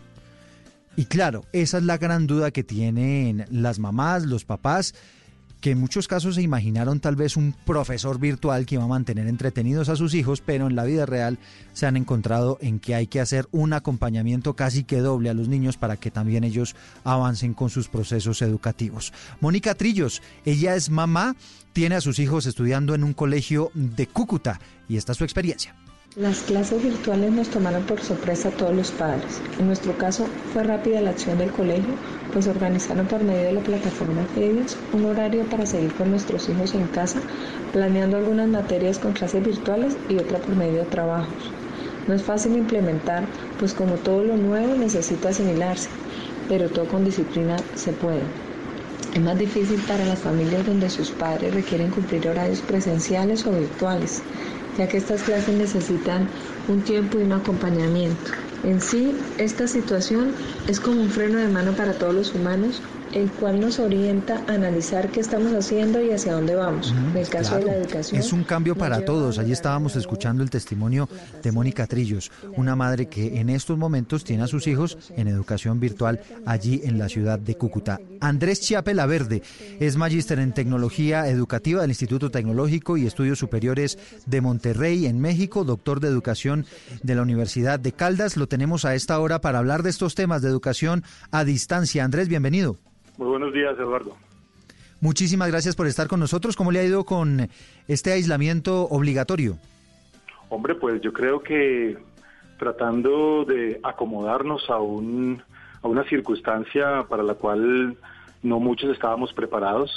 Y claro, esa es la gran duda que tienen las mamás, los papás, que en muchos casos se imaginaron tal vez un profesor virtual que iba a mantener entretenidos a sus hijos, pero en la vida real se han encontrado en que hay que hacer un acompañamiento casi que doble a los niños para que también ellos avancen con sus procesos educativos. Mónica Trillos, ella es mamá, tiene a sus hijos estudiando en un colegio de Cúcuta y esta es su experiencia. Las clases virtuales nos tomaron por sorpresa a todos los padres. En nuestro caso fue rápida la acción del colegio, pues organizaron por medio de la plataforma Fedios un horario para seguir con nuestros hijos en casa, planeando algunas materias con clases virtuales y otra por medio de trabajos. No es fácil implementar, pues como todo lo nuevo necesita asimilarse, pero todo con disciplina se puede. Es más difícil para las familias donde sus padres requieren cumplir horarios presenciales o virtuales, ya que estas clases necesitan un tiempo y un acompañamiento. En sí, esta situación es como un freno de mano para todos los humanos, el cual nos orienta a analizar qué estamos haciendo y hacia dónde vamos. En el caso de la educación, es un cambio para todos. Allí estábamos escuchando el testimonio de Mónica Trillos, una madre que en estos momentos tiene a sus hijos en educación virtual allí en la ciudad de Cúcuta. Andrés Chiape Laverde es magíster en tecnología educativa del Instituto Tecnológico y Estudios Superiores de Monterrey en México, doctor de educación de la Universidad de Caldas. Lo tenemos a esta hora para hablar de estos temas de educación a distancia. Andrés, bienvenido. Muy buenos días, Eduardo. Muchísimas gracias por estar con nosotros. ¿Cómo le ha ido con este aislamiento obligatorio? Hombre, pues yo creo que tratando de acomodarnos a una circunstancia para la cual no muchos estábamos preparados.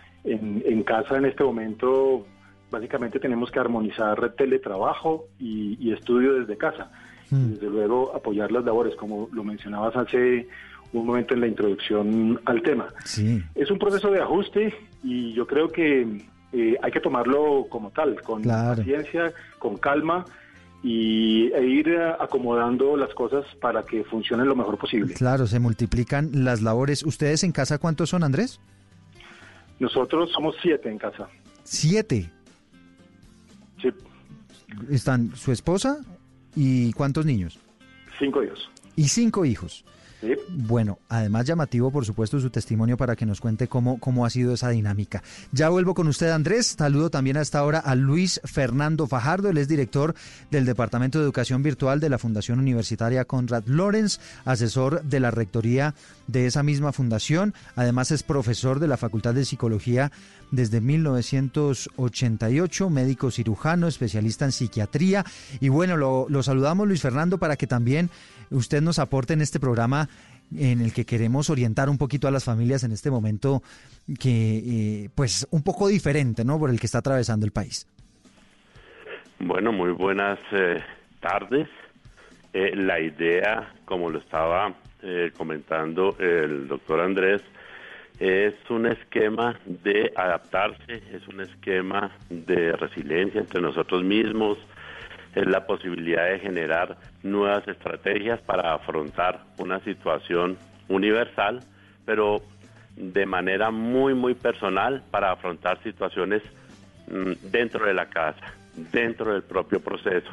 En casa en este momento básicamente tenemos que armonizar teletrabajo y estudio desde casa. Y desde luego apoyar las labores, como lo mencionabas hace un momento en la introducción al tema. Sí. Es un proceso de ajuste y yo creo que hay que tomarlo como tal, con paciencia, con calma e ir acomodando las cosas para que funcionen lo mejor posible. Claro, se multiplican las labores. ¿Ustedes en casa cuántos son, Andrés? Nosotros somos 7 en casa. ¿7? Sí. ¿Están su esposa y cuántos niños? 5 hijos. Y 5 hijos. Sí. Bueno, además llamativo, por supuesto, su testimonio para que nos cuente cómo ha sido esa dinámica. Ya vuelvo con usted, Andrés. Saludo también a esta hora a Luis Fernando Fajardo. Él es director del Departamento de Educación Virtual de la Fundación Universitaria Konrad Lorenz, asesor de la rectoría de esa misma fundación. Además es profesor de la Facultad de Psicología desde 1988, médico cirujano, especialista en psiquiatría. Y bueno, lo saludamos, Luis Fernando, para que también usted nos aporte en este programa en el que queremos orientar un poquito a las familias en este momento que, pues, un poco diferente, ¿no?, por el que está atravesando el país. Bueno, muy buenas tardes. La idea, como lo estaba comentando el doctor Andrés, es un esquema de adaptarse, es un esquema de resiliencia entre nosotros mismos, es la posibilidad de generar nuevas estrategias para afrontar una situación universal, pero de manera muy, muy personal para afrontar situaciones dentro de la casa, dentro del propio proceso,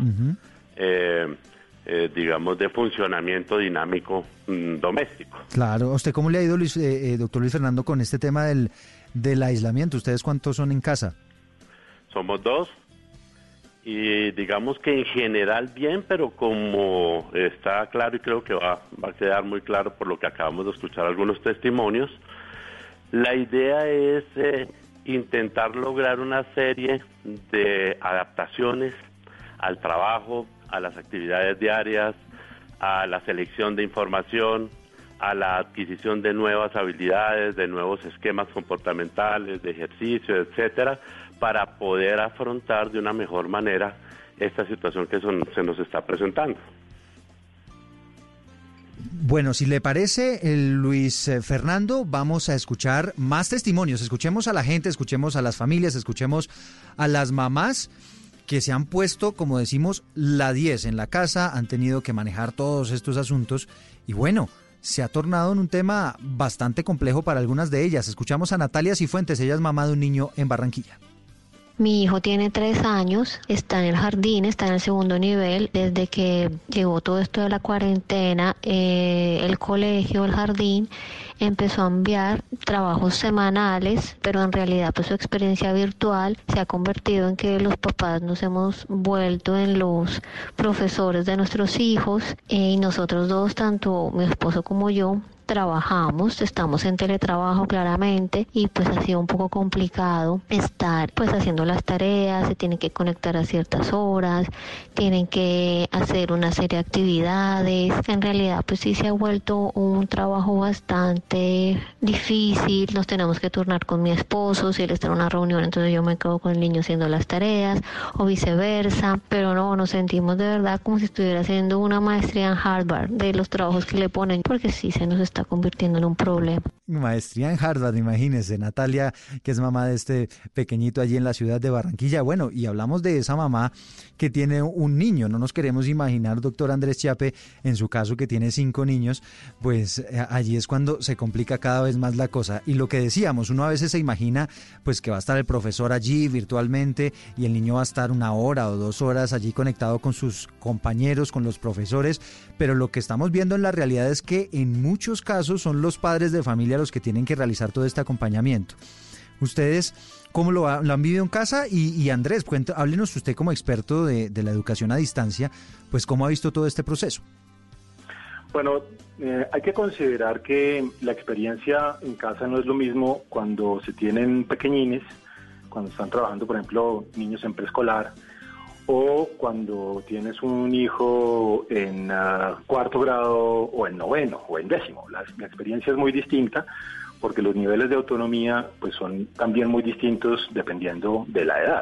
digamos, de funcionamiento dinámico doméstico. Claro. ¿Usted cómo le ha ido, doctor Luis Fernando, con este tema del aislamiento? ¿Ustedes cuántos son en casa? Somos 2. Y digamos que en general bien, pero como está claro y creo que va a quedar muy claro por lo que acabamos de escuchar algunos testimonios, la idea es intentar lograr una serie de adaptaciones al trabajo, a las actividades diarias, a la selección de información, a la adquisición de nuevas habilidades, de nuevos esquemas comportamentales, de ejercicio, etcétera, para poder afrontar de una mejor manera esta situación que se nos está presentando. Bueno, si le parece, Luis Fernando, vamos a escuchar más testimonios. Escuchemos a la gente, escuchemos a las familias, escuchemos a las mamás que se han puesto, como decimos, la 10 en la casa, han tenido que manejar todos estos asuntos y bueno, se ha tornado en un tema bastante complejo para algunas de ellas. Escuchamos a Natalia Cifuentes, ella es mamá de un niño en Barranquilla. Mi hijo tiene 3 años, está en el jardín, está en el 2º nivel. Desde que llegó todo esto de la cuarentena, el colegio, el jardín, empezó a enviar trabajos semanales, pero en realidad pues su experiencia virtual se ha convertido en que los papás nos hemos vuelto en los profesores de nuestros hijos y nosotros dos, tanto mi esposo como yo, trabajamos, estamos en teletrabajo claramente y pues ha sido un poco complicado estar pues haciendo las tareas, se tienen que conectar a ciertas horas, tienen que hacer una serie de actividades, en realidad pues sí se ha vuelto un trabajo bastante difícil, nos tenemos que turnar con mi esposo, si él está en una reunión entonces yo me quedo con el niño haciendo las tareas o viceversa, pero no, nos sentimos de verdad como si estuviera haciendo una maestría en Harvard de los trabajos que le ponen, porque sí se nos está convirtiendo en un problema. Maestría en Harvard, imagínese, Natalia, que es mamá de este pequeñito allí en la ciudad de Barranquilla. Bueno, y hablamos de esa mamá que tiene un niño, no nos queremos imaginar, doctor Andrés Chiape, en su caso que tiene 5 niños, pues allí es cuando se complica cada vez más la cosa. Y lo que decíamos, uno a veces se imagina pues que va a estar el profesor allí virtualmente y el niño va a estar 1 hora o 2 horas allí conectado con sus compañeros, con los profesores, pero lo que estamos viendo en la realidad es que en muchos casos son los padres de familia los que tienen que realizar todo este acompañamiento. ¿Ustedes cómo lo han vivido en casa? Y Andrés, háblenos usted como experto de la educación a distancia, pues cómo ha visto todo este proceso. Bueno, hay que considerar que la experiencia en casa no es lo mismo cuando se tienen pequeños, cuando están trabajando, por ejemplo, niños en preescolar, o cuando tienes un hijo en 4º grado o en 9º o en 10º. La experiencia es muy distinta porque los niveles de autonomía pues son también muy distintos dependiendo de la edad.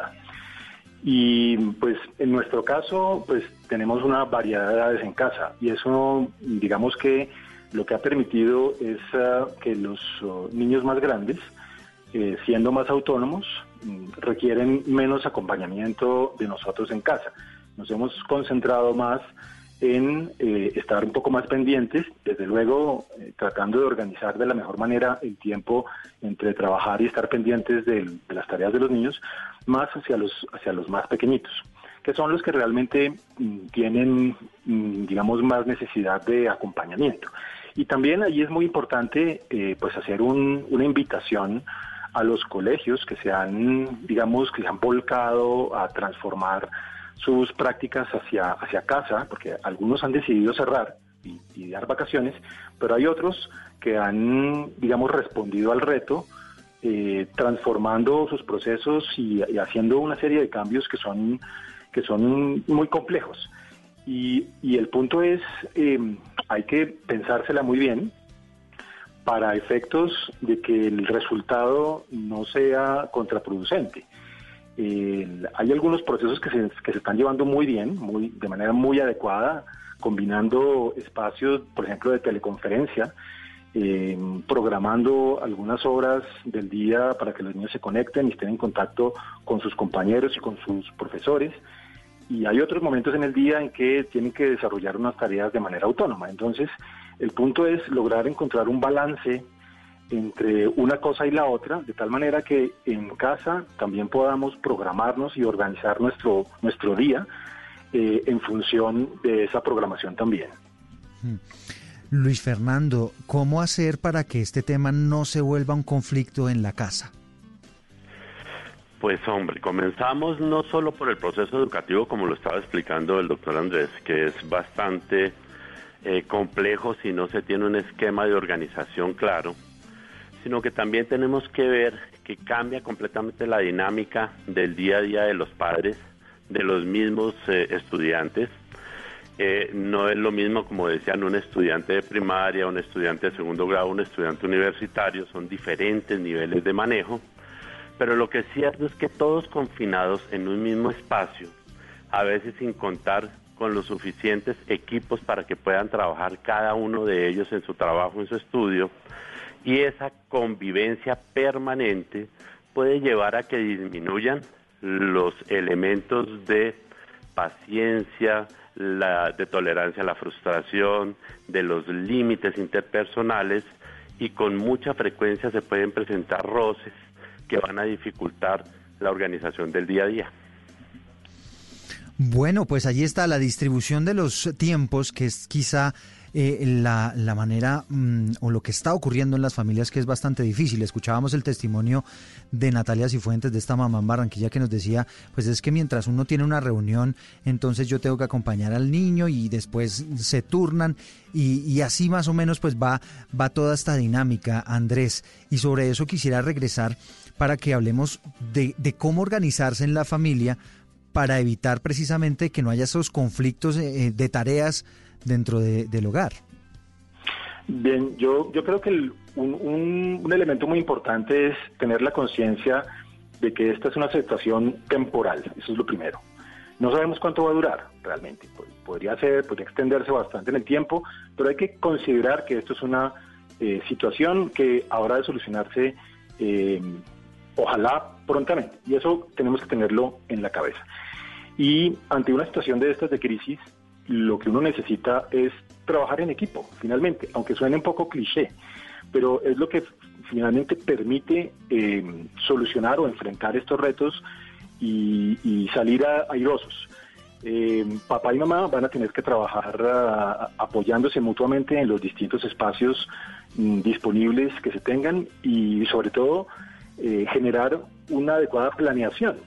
Y pues en nuestro caso pues tenemos una variedad de edades en casa y eso digamos que lo que ha permitido es que los niños más grandes siendo más autónomos, requieren menos acompañamiento de nosotros en casa. Nos hemos concentrado más en estar un poco más pendientes, desde luego tratando de organizar de la mejor manera el tiempo entre trabajar y estar pendientes de las tareas de los niños, más hacia los más pequeñitos, que son los que realmente tienen, digamos, más necesidad de acompañamiento. Y también allí es muy importante pues hacer una invitación a los colegios que se han volcado a transformar sus prácticas hacia casa, porque algunos han decidido cerrar y dar vacaciones, pero hay otros que han, respondido al reto, transformando sus procesos y haciendo una serie de cambios que son muy complejos. Y el punto es, hay que pensársela muy bien para efectos de que el resultado no sea contraproducente. Hay algunos procesos que se están llevando muy bien, de manera muy adecuada, combinando espacios, por ejemplo, de teleconferencia, programando algunas horas del día para que los niños se conecten y estén en contacto con sus compañeros y con sus profesores. Y hay otros momentos en el día en que tienen que desarrollar unas tareas de manera autónoma. Entonces, el punto es lograr encontrar un balance entre una cosa y la otra, de tal manera que en casa también podamos programarnos y organizar nuestro día en función de esa programación también. Luis Fernando, ¿cómo hacer para que este tema no se vuelva un conflicto en la casa? Pues hombre, comenzamos no solo por el proceso educativo, como lo estaba explicando el doctor Andrés, que es bastante complejo si no se tiene un esquema de organización claro, sino que también tenemos que ver que cambia completamente la dinámica del día a día de los padres, de los mismos estudiantes. No es lo mismo, como decían, un estudiante de primaria, un estudiante de segundo grado, un estudiante universitario, son diferentes niveles de manejo, pero lo que es cierto es que todos confinados en un mismo espacio, a veces sin contar con los suficientes equipos para que puedan trabajar cada uno de ellos en su trabajo, en su estudio, y esa convivencia permanente puede llevar a que disminuyan los elementos de paciencia, de tolerancia a la frustración, de los límites interpersonales, y con mucha frecuencia se pueden presentar roces que van a dificultar la organización del día a día. Bueno, pues allí está la distribución de los tiempos, que es quizá la manera o lo que está ocurriendo en las familias, que es bastante difícil. Escuchábamos el testimonio de Natalia Cifuentes, de esta mamá en Barranquilla, que nos decía, pues es que mientras uno tiene una reunión, entonces yo tengo que acompañar al niño y después se turnan y así más o menos pues va toda esta dinámica, Andrés. Y sobre eso quisiera regresar para que hablemos de cómo organizarse en la familia para evitar precisamente que no haya esos conflictos de tareas dentro del hogar. Bien, yo creo que un elemento muy importante es tener la conciencia de que esta es una situación temporal, eso es lo primero. No sabemos cuánto va a durar realmente, podría extenderse bastante en el tiempo, pero hay que considerar que esto es una situación que habrá de solucionarse ojalá prontamente, y eso tenemos que tenerlo en la cabeza. Y ante una situación de estas de crisis, lo que uno necesita es trabajar en equipo, finalmente, aunque suene un poco cliché, pero es lo que finalmente permite solucionar o enfrentar estos retos y salir airosos. Papá y mamá van a tener que trabajar apoyándose mutuamente en los distintos espacios disponibles que se tengan y sobre todo generar una adecuada planeación.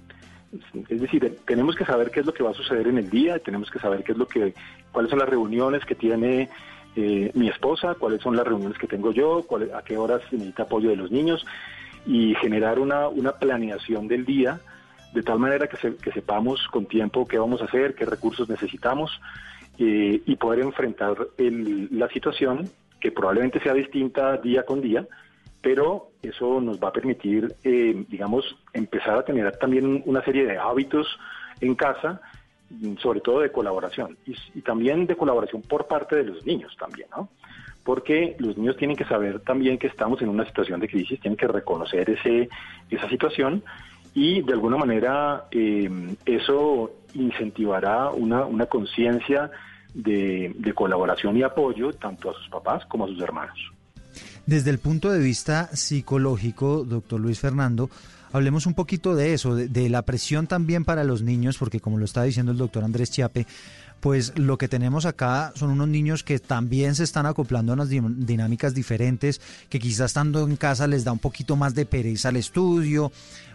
Es decir, tenemos que saber qué es lo que va a suceder en el día, tenemos que saber cuáles son las reuniones que tiene mi esposa, cuáles son las reuniones que tengo yo, a qué horas se necesita apoyo de los niños, y generar una planeación del día de tal manera que sepamos con tiempo qué vamos a hacer, qué recursos necesitamos, y poder enfrentar la situación, que probablemente sea distinta día con día, pero eso nos va a permitir, empezar a tener también una serie de hábitos en casa, sobre todo de colaboración, y también de colaboración por parte de los niños también, ¿no? porque los niños tienen que saber también que estamos en una situación de crisis, tienen que reconocer esa situación y de alguna manera eso incentivará una conciencia de colaboración y apoyo tanto a sus papás como a sus hermanos. Desde el punto de vista psicológico, doctor Luis Fernando, hablemos un poquito de eso, de la presión también para los niños, porque como lo está diciendo el doctor Andrés Chiape, pues lo que tenemos acá son unos niños que también se están acoplando a unas dinámicas diferentes, que quizás estando en casa les da un poquito más de pereza al estudio,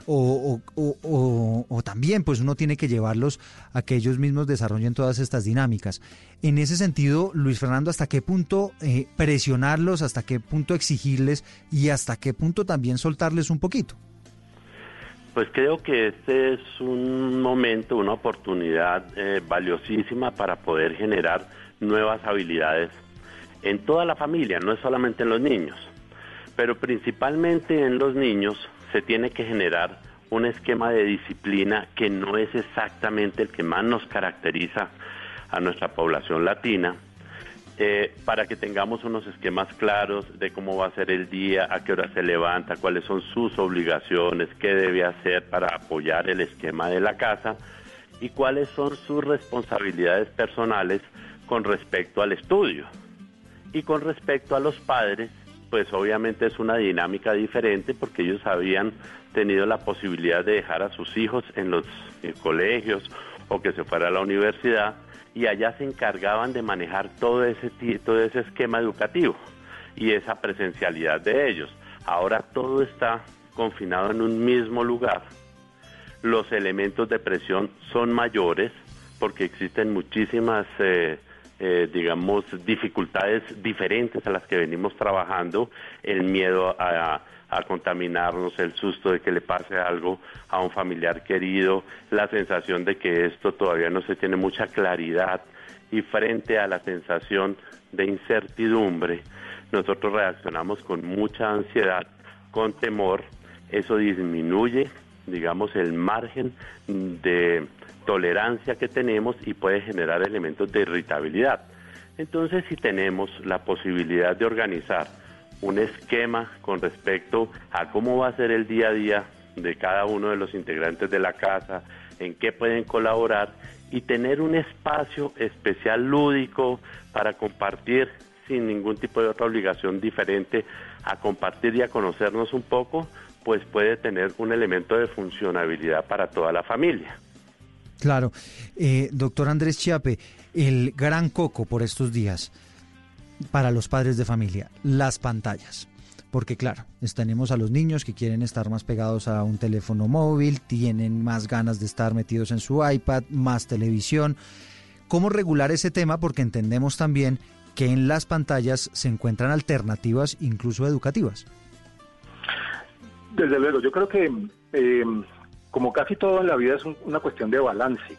o también pues uno tiene que llevarlos a que ellos mismos desarrollen todas estas dinámicas. En ese sentido, Luis Fernando, ¿hasta qué punto presionarlos, hasta qué punto exigirles y hasta qué punto también soltarles un poquito? Pues creo que este es un momento, una oportunidad valiosísima para poder generar nuevas habilidades en toda la familia, no es solamente en los niños, pero principalmente en los niños se tiene que generar un esquema de disciplina que no es exactamente el que más nos caracteriza a nuestra población latina, para que tengamos unos esquemas claros de cómo va a ser el día, a qué hora se levanta, cuáles son sus obligaciones, qué debe hacer para apoyar el esquema de la casa y cuáles son sus responsabilidades personales con respecto al estudio. Y con respecto a los padres, pues obviamente es una dinámica diferente porque ellos habían tenido la posibilidad de dejar a sus hijos en los colegios o que se fuera a la universidad, y allá se encargaban de manejar todo ese esquema educativo y esa presencialidad de ellos. Ahora todo está confinado en un mismo lugar. Los elementos de presión son mayores porque existen muchísimas, dificultades diferentes a las que venimos trabajando, el miedo a contaminarnos, el susto de que le pase algo a un familiar querido, la sensación de que esto todavía no se tiene mucha claridad, y frente a la sensación de incertidumbre, nosotros reaccionamos con mucha ansiedad, con temor. Eso disminuye, el margen de tolerancia que tenemos y puede generar elementos de irritabilidad. Entonces, si tenemos la posibilidad de organizar un esquema con respecto a cómo va a ser el día a día de cada uno de los integrantes de la casa, en qué pueden colaborar y tener un espacio especial lúdico para compartir sin ningún tipo de otra obligación diferente a compartir y a conocernos un poco, pues puede tener un elemento de funcionabilidad para toda la familia. Claro. Doctor Andrés Chiape, el gran coco por estos días para los padres de familia, las pantallas. Porque claro, tenemos a los niños que quieren estar más pegados a un teléfono móvil, tienen más ganas de estar metidos en su iPad, más televisión. ¿Cómo regular ese tema? Porque entendemos también que en las pantallas se encuentran alternativas, incluso educativas. Desde luego, yo creo que como casi todo en la vida es una cuestión de balance.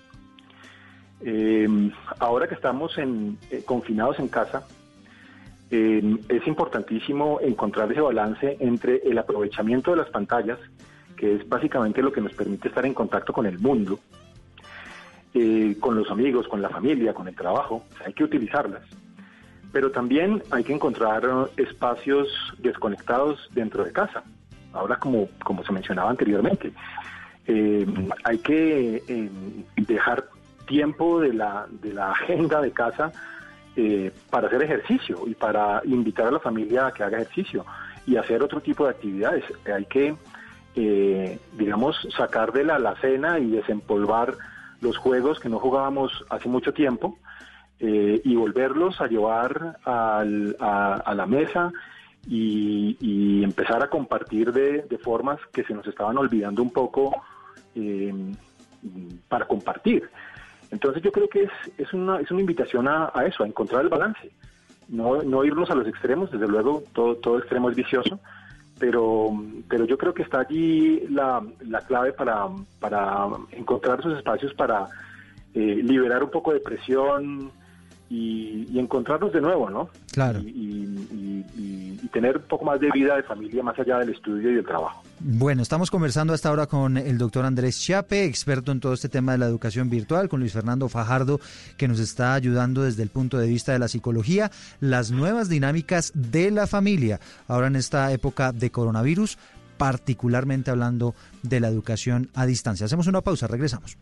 Ahora que estamos confinados en casa, es importantísimo encontrar ese balance entre el aprovechamiento de las pantallas, que es básicamente lo que nos permite estar en contacto con el mundo, con los amigos, con la familia, con el trabajo. O sea, hay que utilizarlas. Pero también hay que encontrar espacios desconectados dentro de casa. Ahora, como se mencionaba anteriormente, hay que dejar tiempo de la agenda de casa para hacer ejercicio y para invitar a la familia a que haga ejercicio y hacer otro tipo de actividades. Hay que, sacar de la alacena y desempolvar los juegos que no jugábamos hace mucho tiempo y volverlos a llevar a la mesa y empezar a compartir de formas que se nos estaban olvidando un poco para compartir. Entonces yo creo que es una invitación a eso, a encontrar el balance, no irnos a los extremos. Desde luego todo extremo es vicioso, pero yo creo que está allí la clave para encontrar esos espacios para liberar un poco de presión, y encontrarnos de nuevo, ¿no? Claro. Y tener un poco más de vida de familia más allá del estudio y del trabajo. Bueno, estamos conversando hasta ahora con el doctor Andrés Chiape, experto en todo este tema de la educación virtual, con Luis Fernando Fajardo, que nos está ayudando desde el punto de vista de la psicología, las nuevas dinámicas de la familia, ahora en esta época de coronavirus, particularmente hablando de la educación a distancia. Hacemos una pausa, regresamos.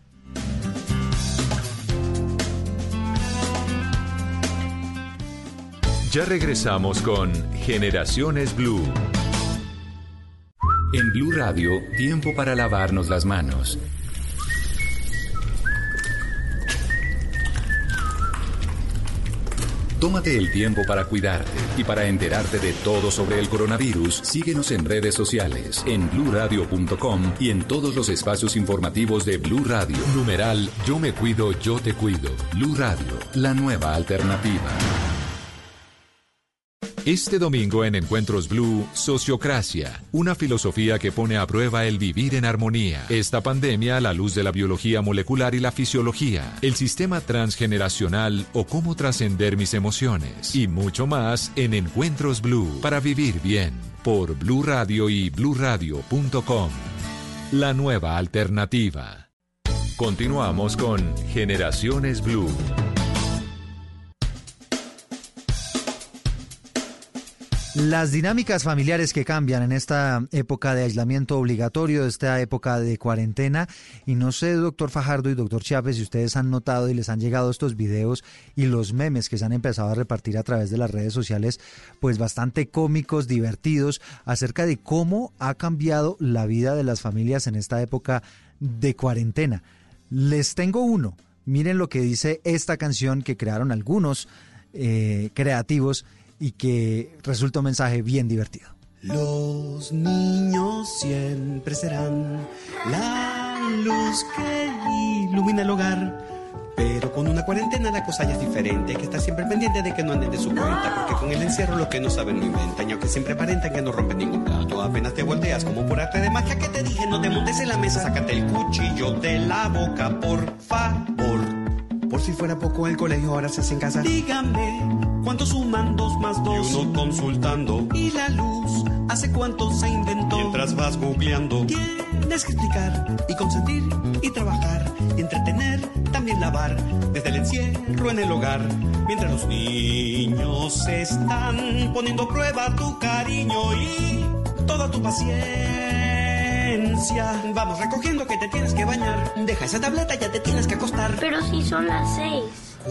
Ya regresamos con Generaciones Blue. En Blue Radio, tiempo para lavarnos las manos. Tómate el tiempo para cuidarte y para enterarte de todo sobre el coronavirus. Síguenos en redes sociales, en bluradio.com y en todos los espacios informativos de Blue Radio. Numeral Yo me cuido, yo te cuido. Blue Radio, la nueva alternativa. Este domingo en Encuentros Blue, Sociocracia, una filosofía que pone a prueba el vivir en armonía. Esta pandemia a la luz de la biología molecular y la fisiología, el sistema transgeneracional o cómo trascender mis emociones. Y mucho más en Encuentros Blue, para vivir bien, por Blue Radio y bluradio.com. La nueva alternativa. Continuamos con Generaciones Blue. Las dinámicas familiares que cambian en esta época de aislamiento obligatorio, esta época de cuarentena, y no sé, doctor Fajardo y doctor Chiape, si ustedes han notado y les han llegado estos videos y los memes que se han empezado a repartir a través de las redes sociales, pues bastante cómicos, divertidos, acerca de cómo ha cambiado la vida de las familias en esta época de cuarentena. Les tengo uno, miren lo que dice esta canción que crearon algunos creativos, y que resulta un mensaje bien divertido. Los niños siempre serán la luz que ilumina el hogar, pero con una cuarentena la cosa ya es diferente. Hay que estar siempre pendiente de que no anden de su cuenta, porque con el encierro lo que no saben no inventan, y aunque siempre aparentan que no rompen ningún plato, apenas te volteas como por arte de magia que te dije, no te montes en la mesa, sácate el cuchillo de la boca, por favor. Por si fuera poco, el colegio ahora se hace en casa. Dígame, ¿cuántos suman 2 más 2? Y uno consultando. ¿Y la luz? ¿Hace cuánto se inventó? Mientras vas googleando. Tienes que explicar y consentir y trabajar y entretener, también lavar, desde el encierro en el hogar. Mientras los niños están poniendo a prueba tu cariño y toda tu paciencia. Vamos recogiendo que te tienes que bañar. Deja esa tableta, ya te tienes que acostar. Pero si son las 6.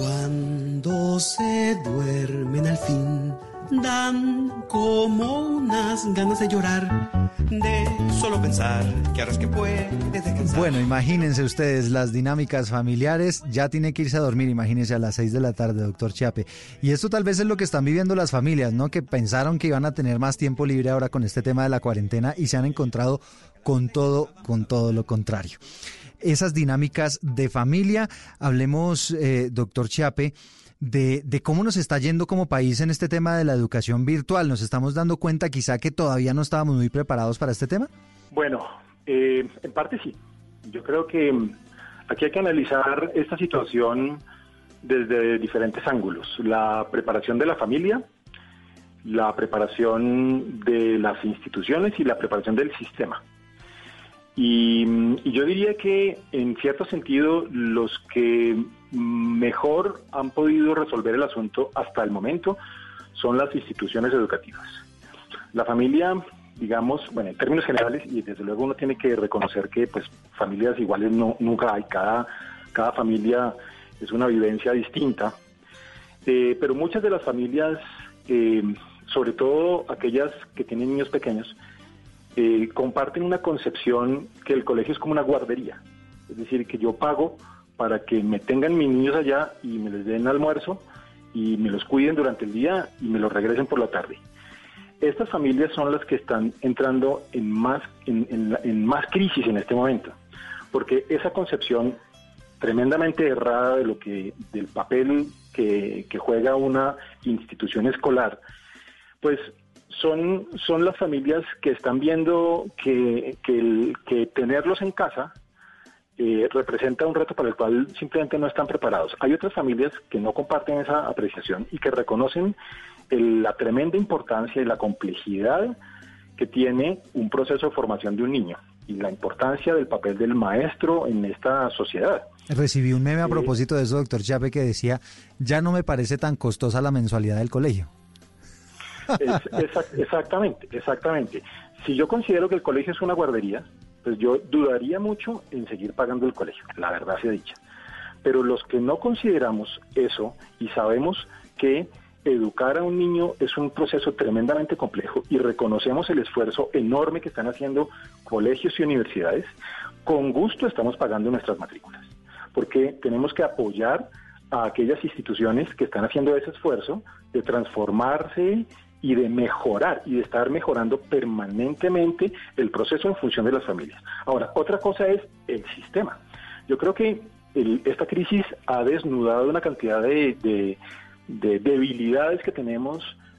Cuando se duermen al fin, dan como unas ganas de llorar, de solo pensar que ahora es que puedes descansar. Bueno, imagínense ustedes las dinámicas familiares, ya tiene que irse a dormir, imagínense a las 6 de la tarde, doctor Chiape. Y esto tal vez es lo que están viviendo las familias, ¿no? Que pensaron que iban a tener más tiempo libre ahora con este tema de la cuarentena y se han encontrado con todo lo contrario. Esas dinámicas de familia, hablemos, doctor Chiape, de cómo nos está yendo como país en este tema de la educación virtual. ¿Nos estamos dando cuenta quizá que todavía no estábamos muy preparados para este tema? Bueno, en parte sí. Yo creo que aquí hay que analizar esta situación desde diferentes ángulos. La preparación de la familia, la preparación de las instituciones y la preparación del sistema. Y yo diría que en cierto sentido los que mejor han podido resolver el asunto hasta el momento son las instituciones educativas. La familia, digamos, bueno, en términos generales, y desde luego uno tiene que reconocer que pues familias iguales nunca hay, cada familia es una vivencia distinta, pero muchas de las familias, sobre todo aquellas que tienen niños pequeños, comparten una concepción que el colegio es como una guardería, es decir, que yo pago para que me tengan mis niños allá y me les den almuerzo y me los cuiden durante el día y me los regresen por la tarde. Estas familias son las que están entrando en más crisis en este momento, porque esa concepción tremendamente errada del papel que juega una institución escolar, pues son las familias que están viendo que tenerlos en casa representa un reto para el cual simplemente no están preparados. Hay otras familias que no comparten esa apreciación y que reconocen la tremenda importancia y la complejidad que tiene un proceso de formación de un niño y la importancia del papel del maestro en esta sociedad. Recibí un meme a propósito de eso, doctor Chape, que decía, ya no me parece tan costosa la mensualidad del colegio. Exactamente. Si yo considero que el colegio es una guardería, pues yo dudaría mucho en seguir pagando el colegio, la verdad sea dicha. Pero los que no consideramos eso y sabemos que educar a un niño es un proceso tremendamente complejo y reconocemos el esfuerzo enorme que están haciendo colegios y universidades, con gusto estamos pagando nuestras matrículas, porque tenemos que apoyar a aquellas instituciones que están haciendo ese esfuerzo de transformarse y de mejorar y de estar mejorando permanentemente el proceso en función de las familias. Ahora, otra cosa es el sistema. Yo creo que esta crisis ha desnudado una cantidad de debilidades que tenemos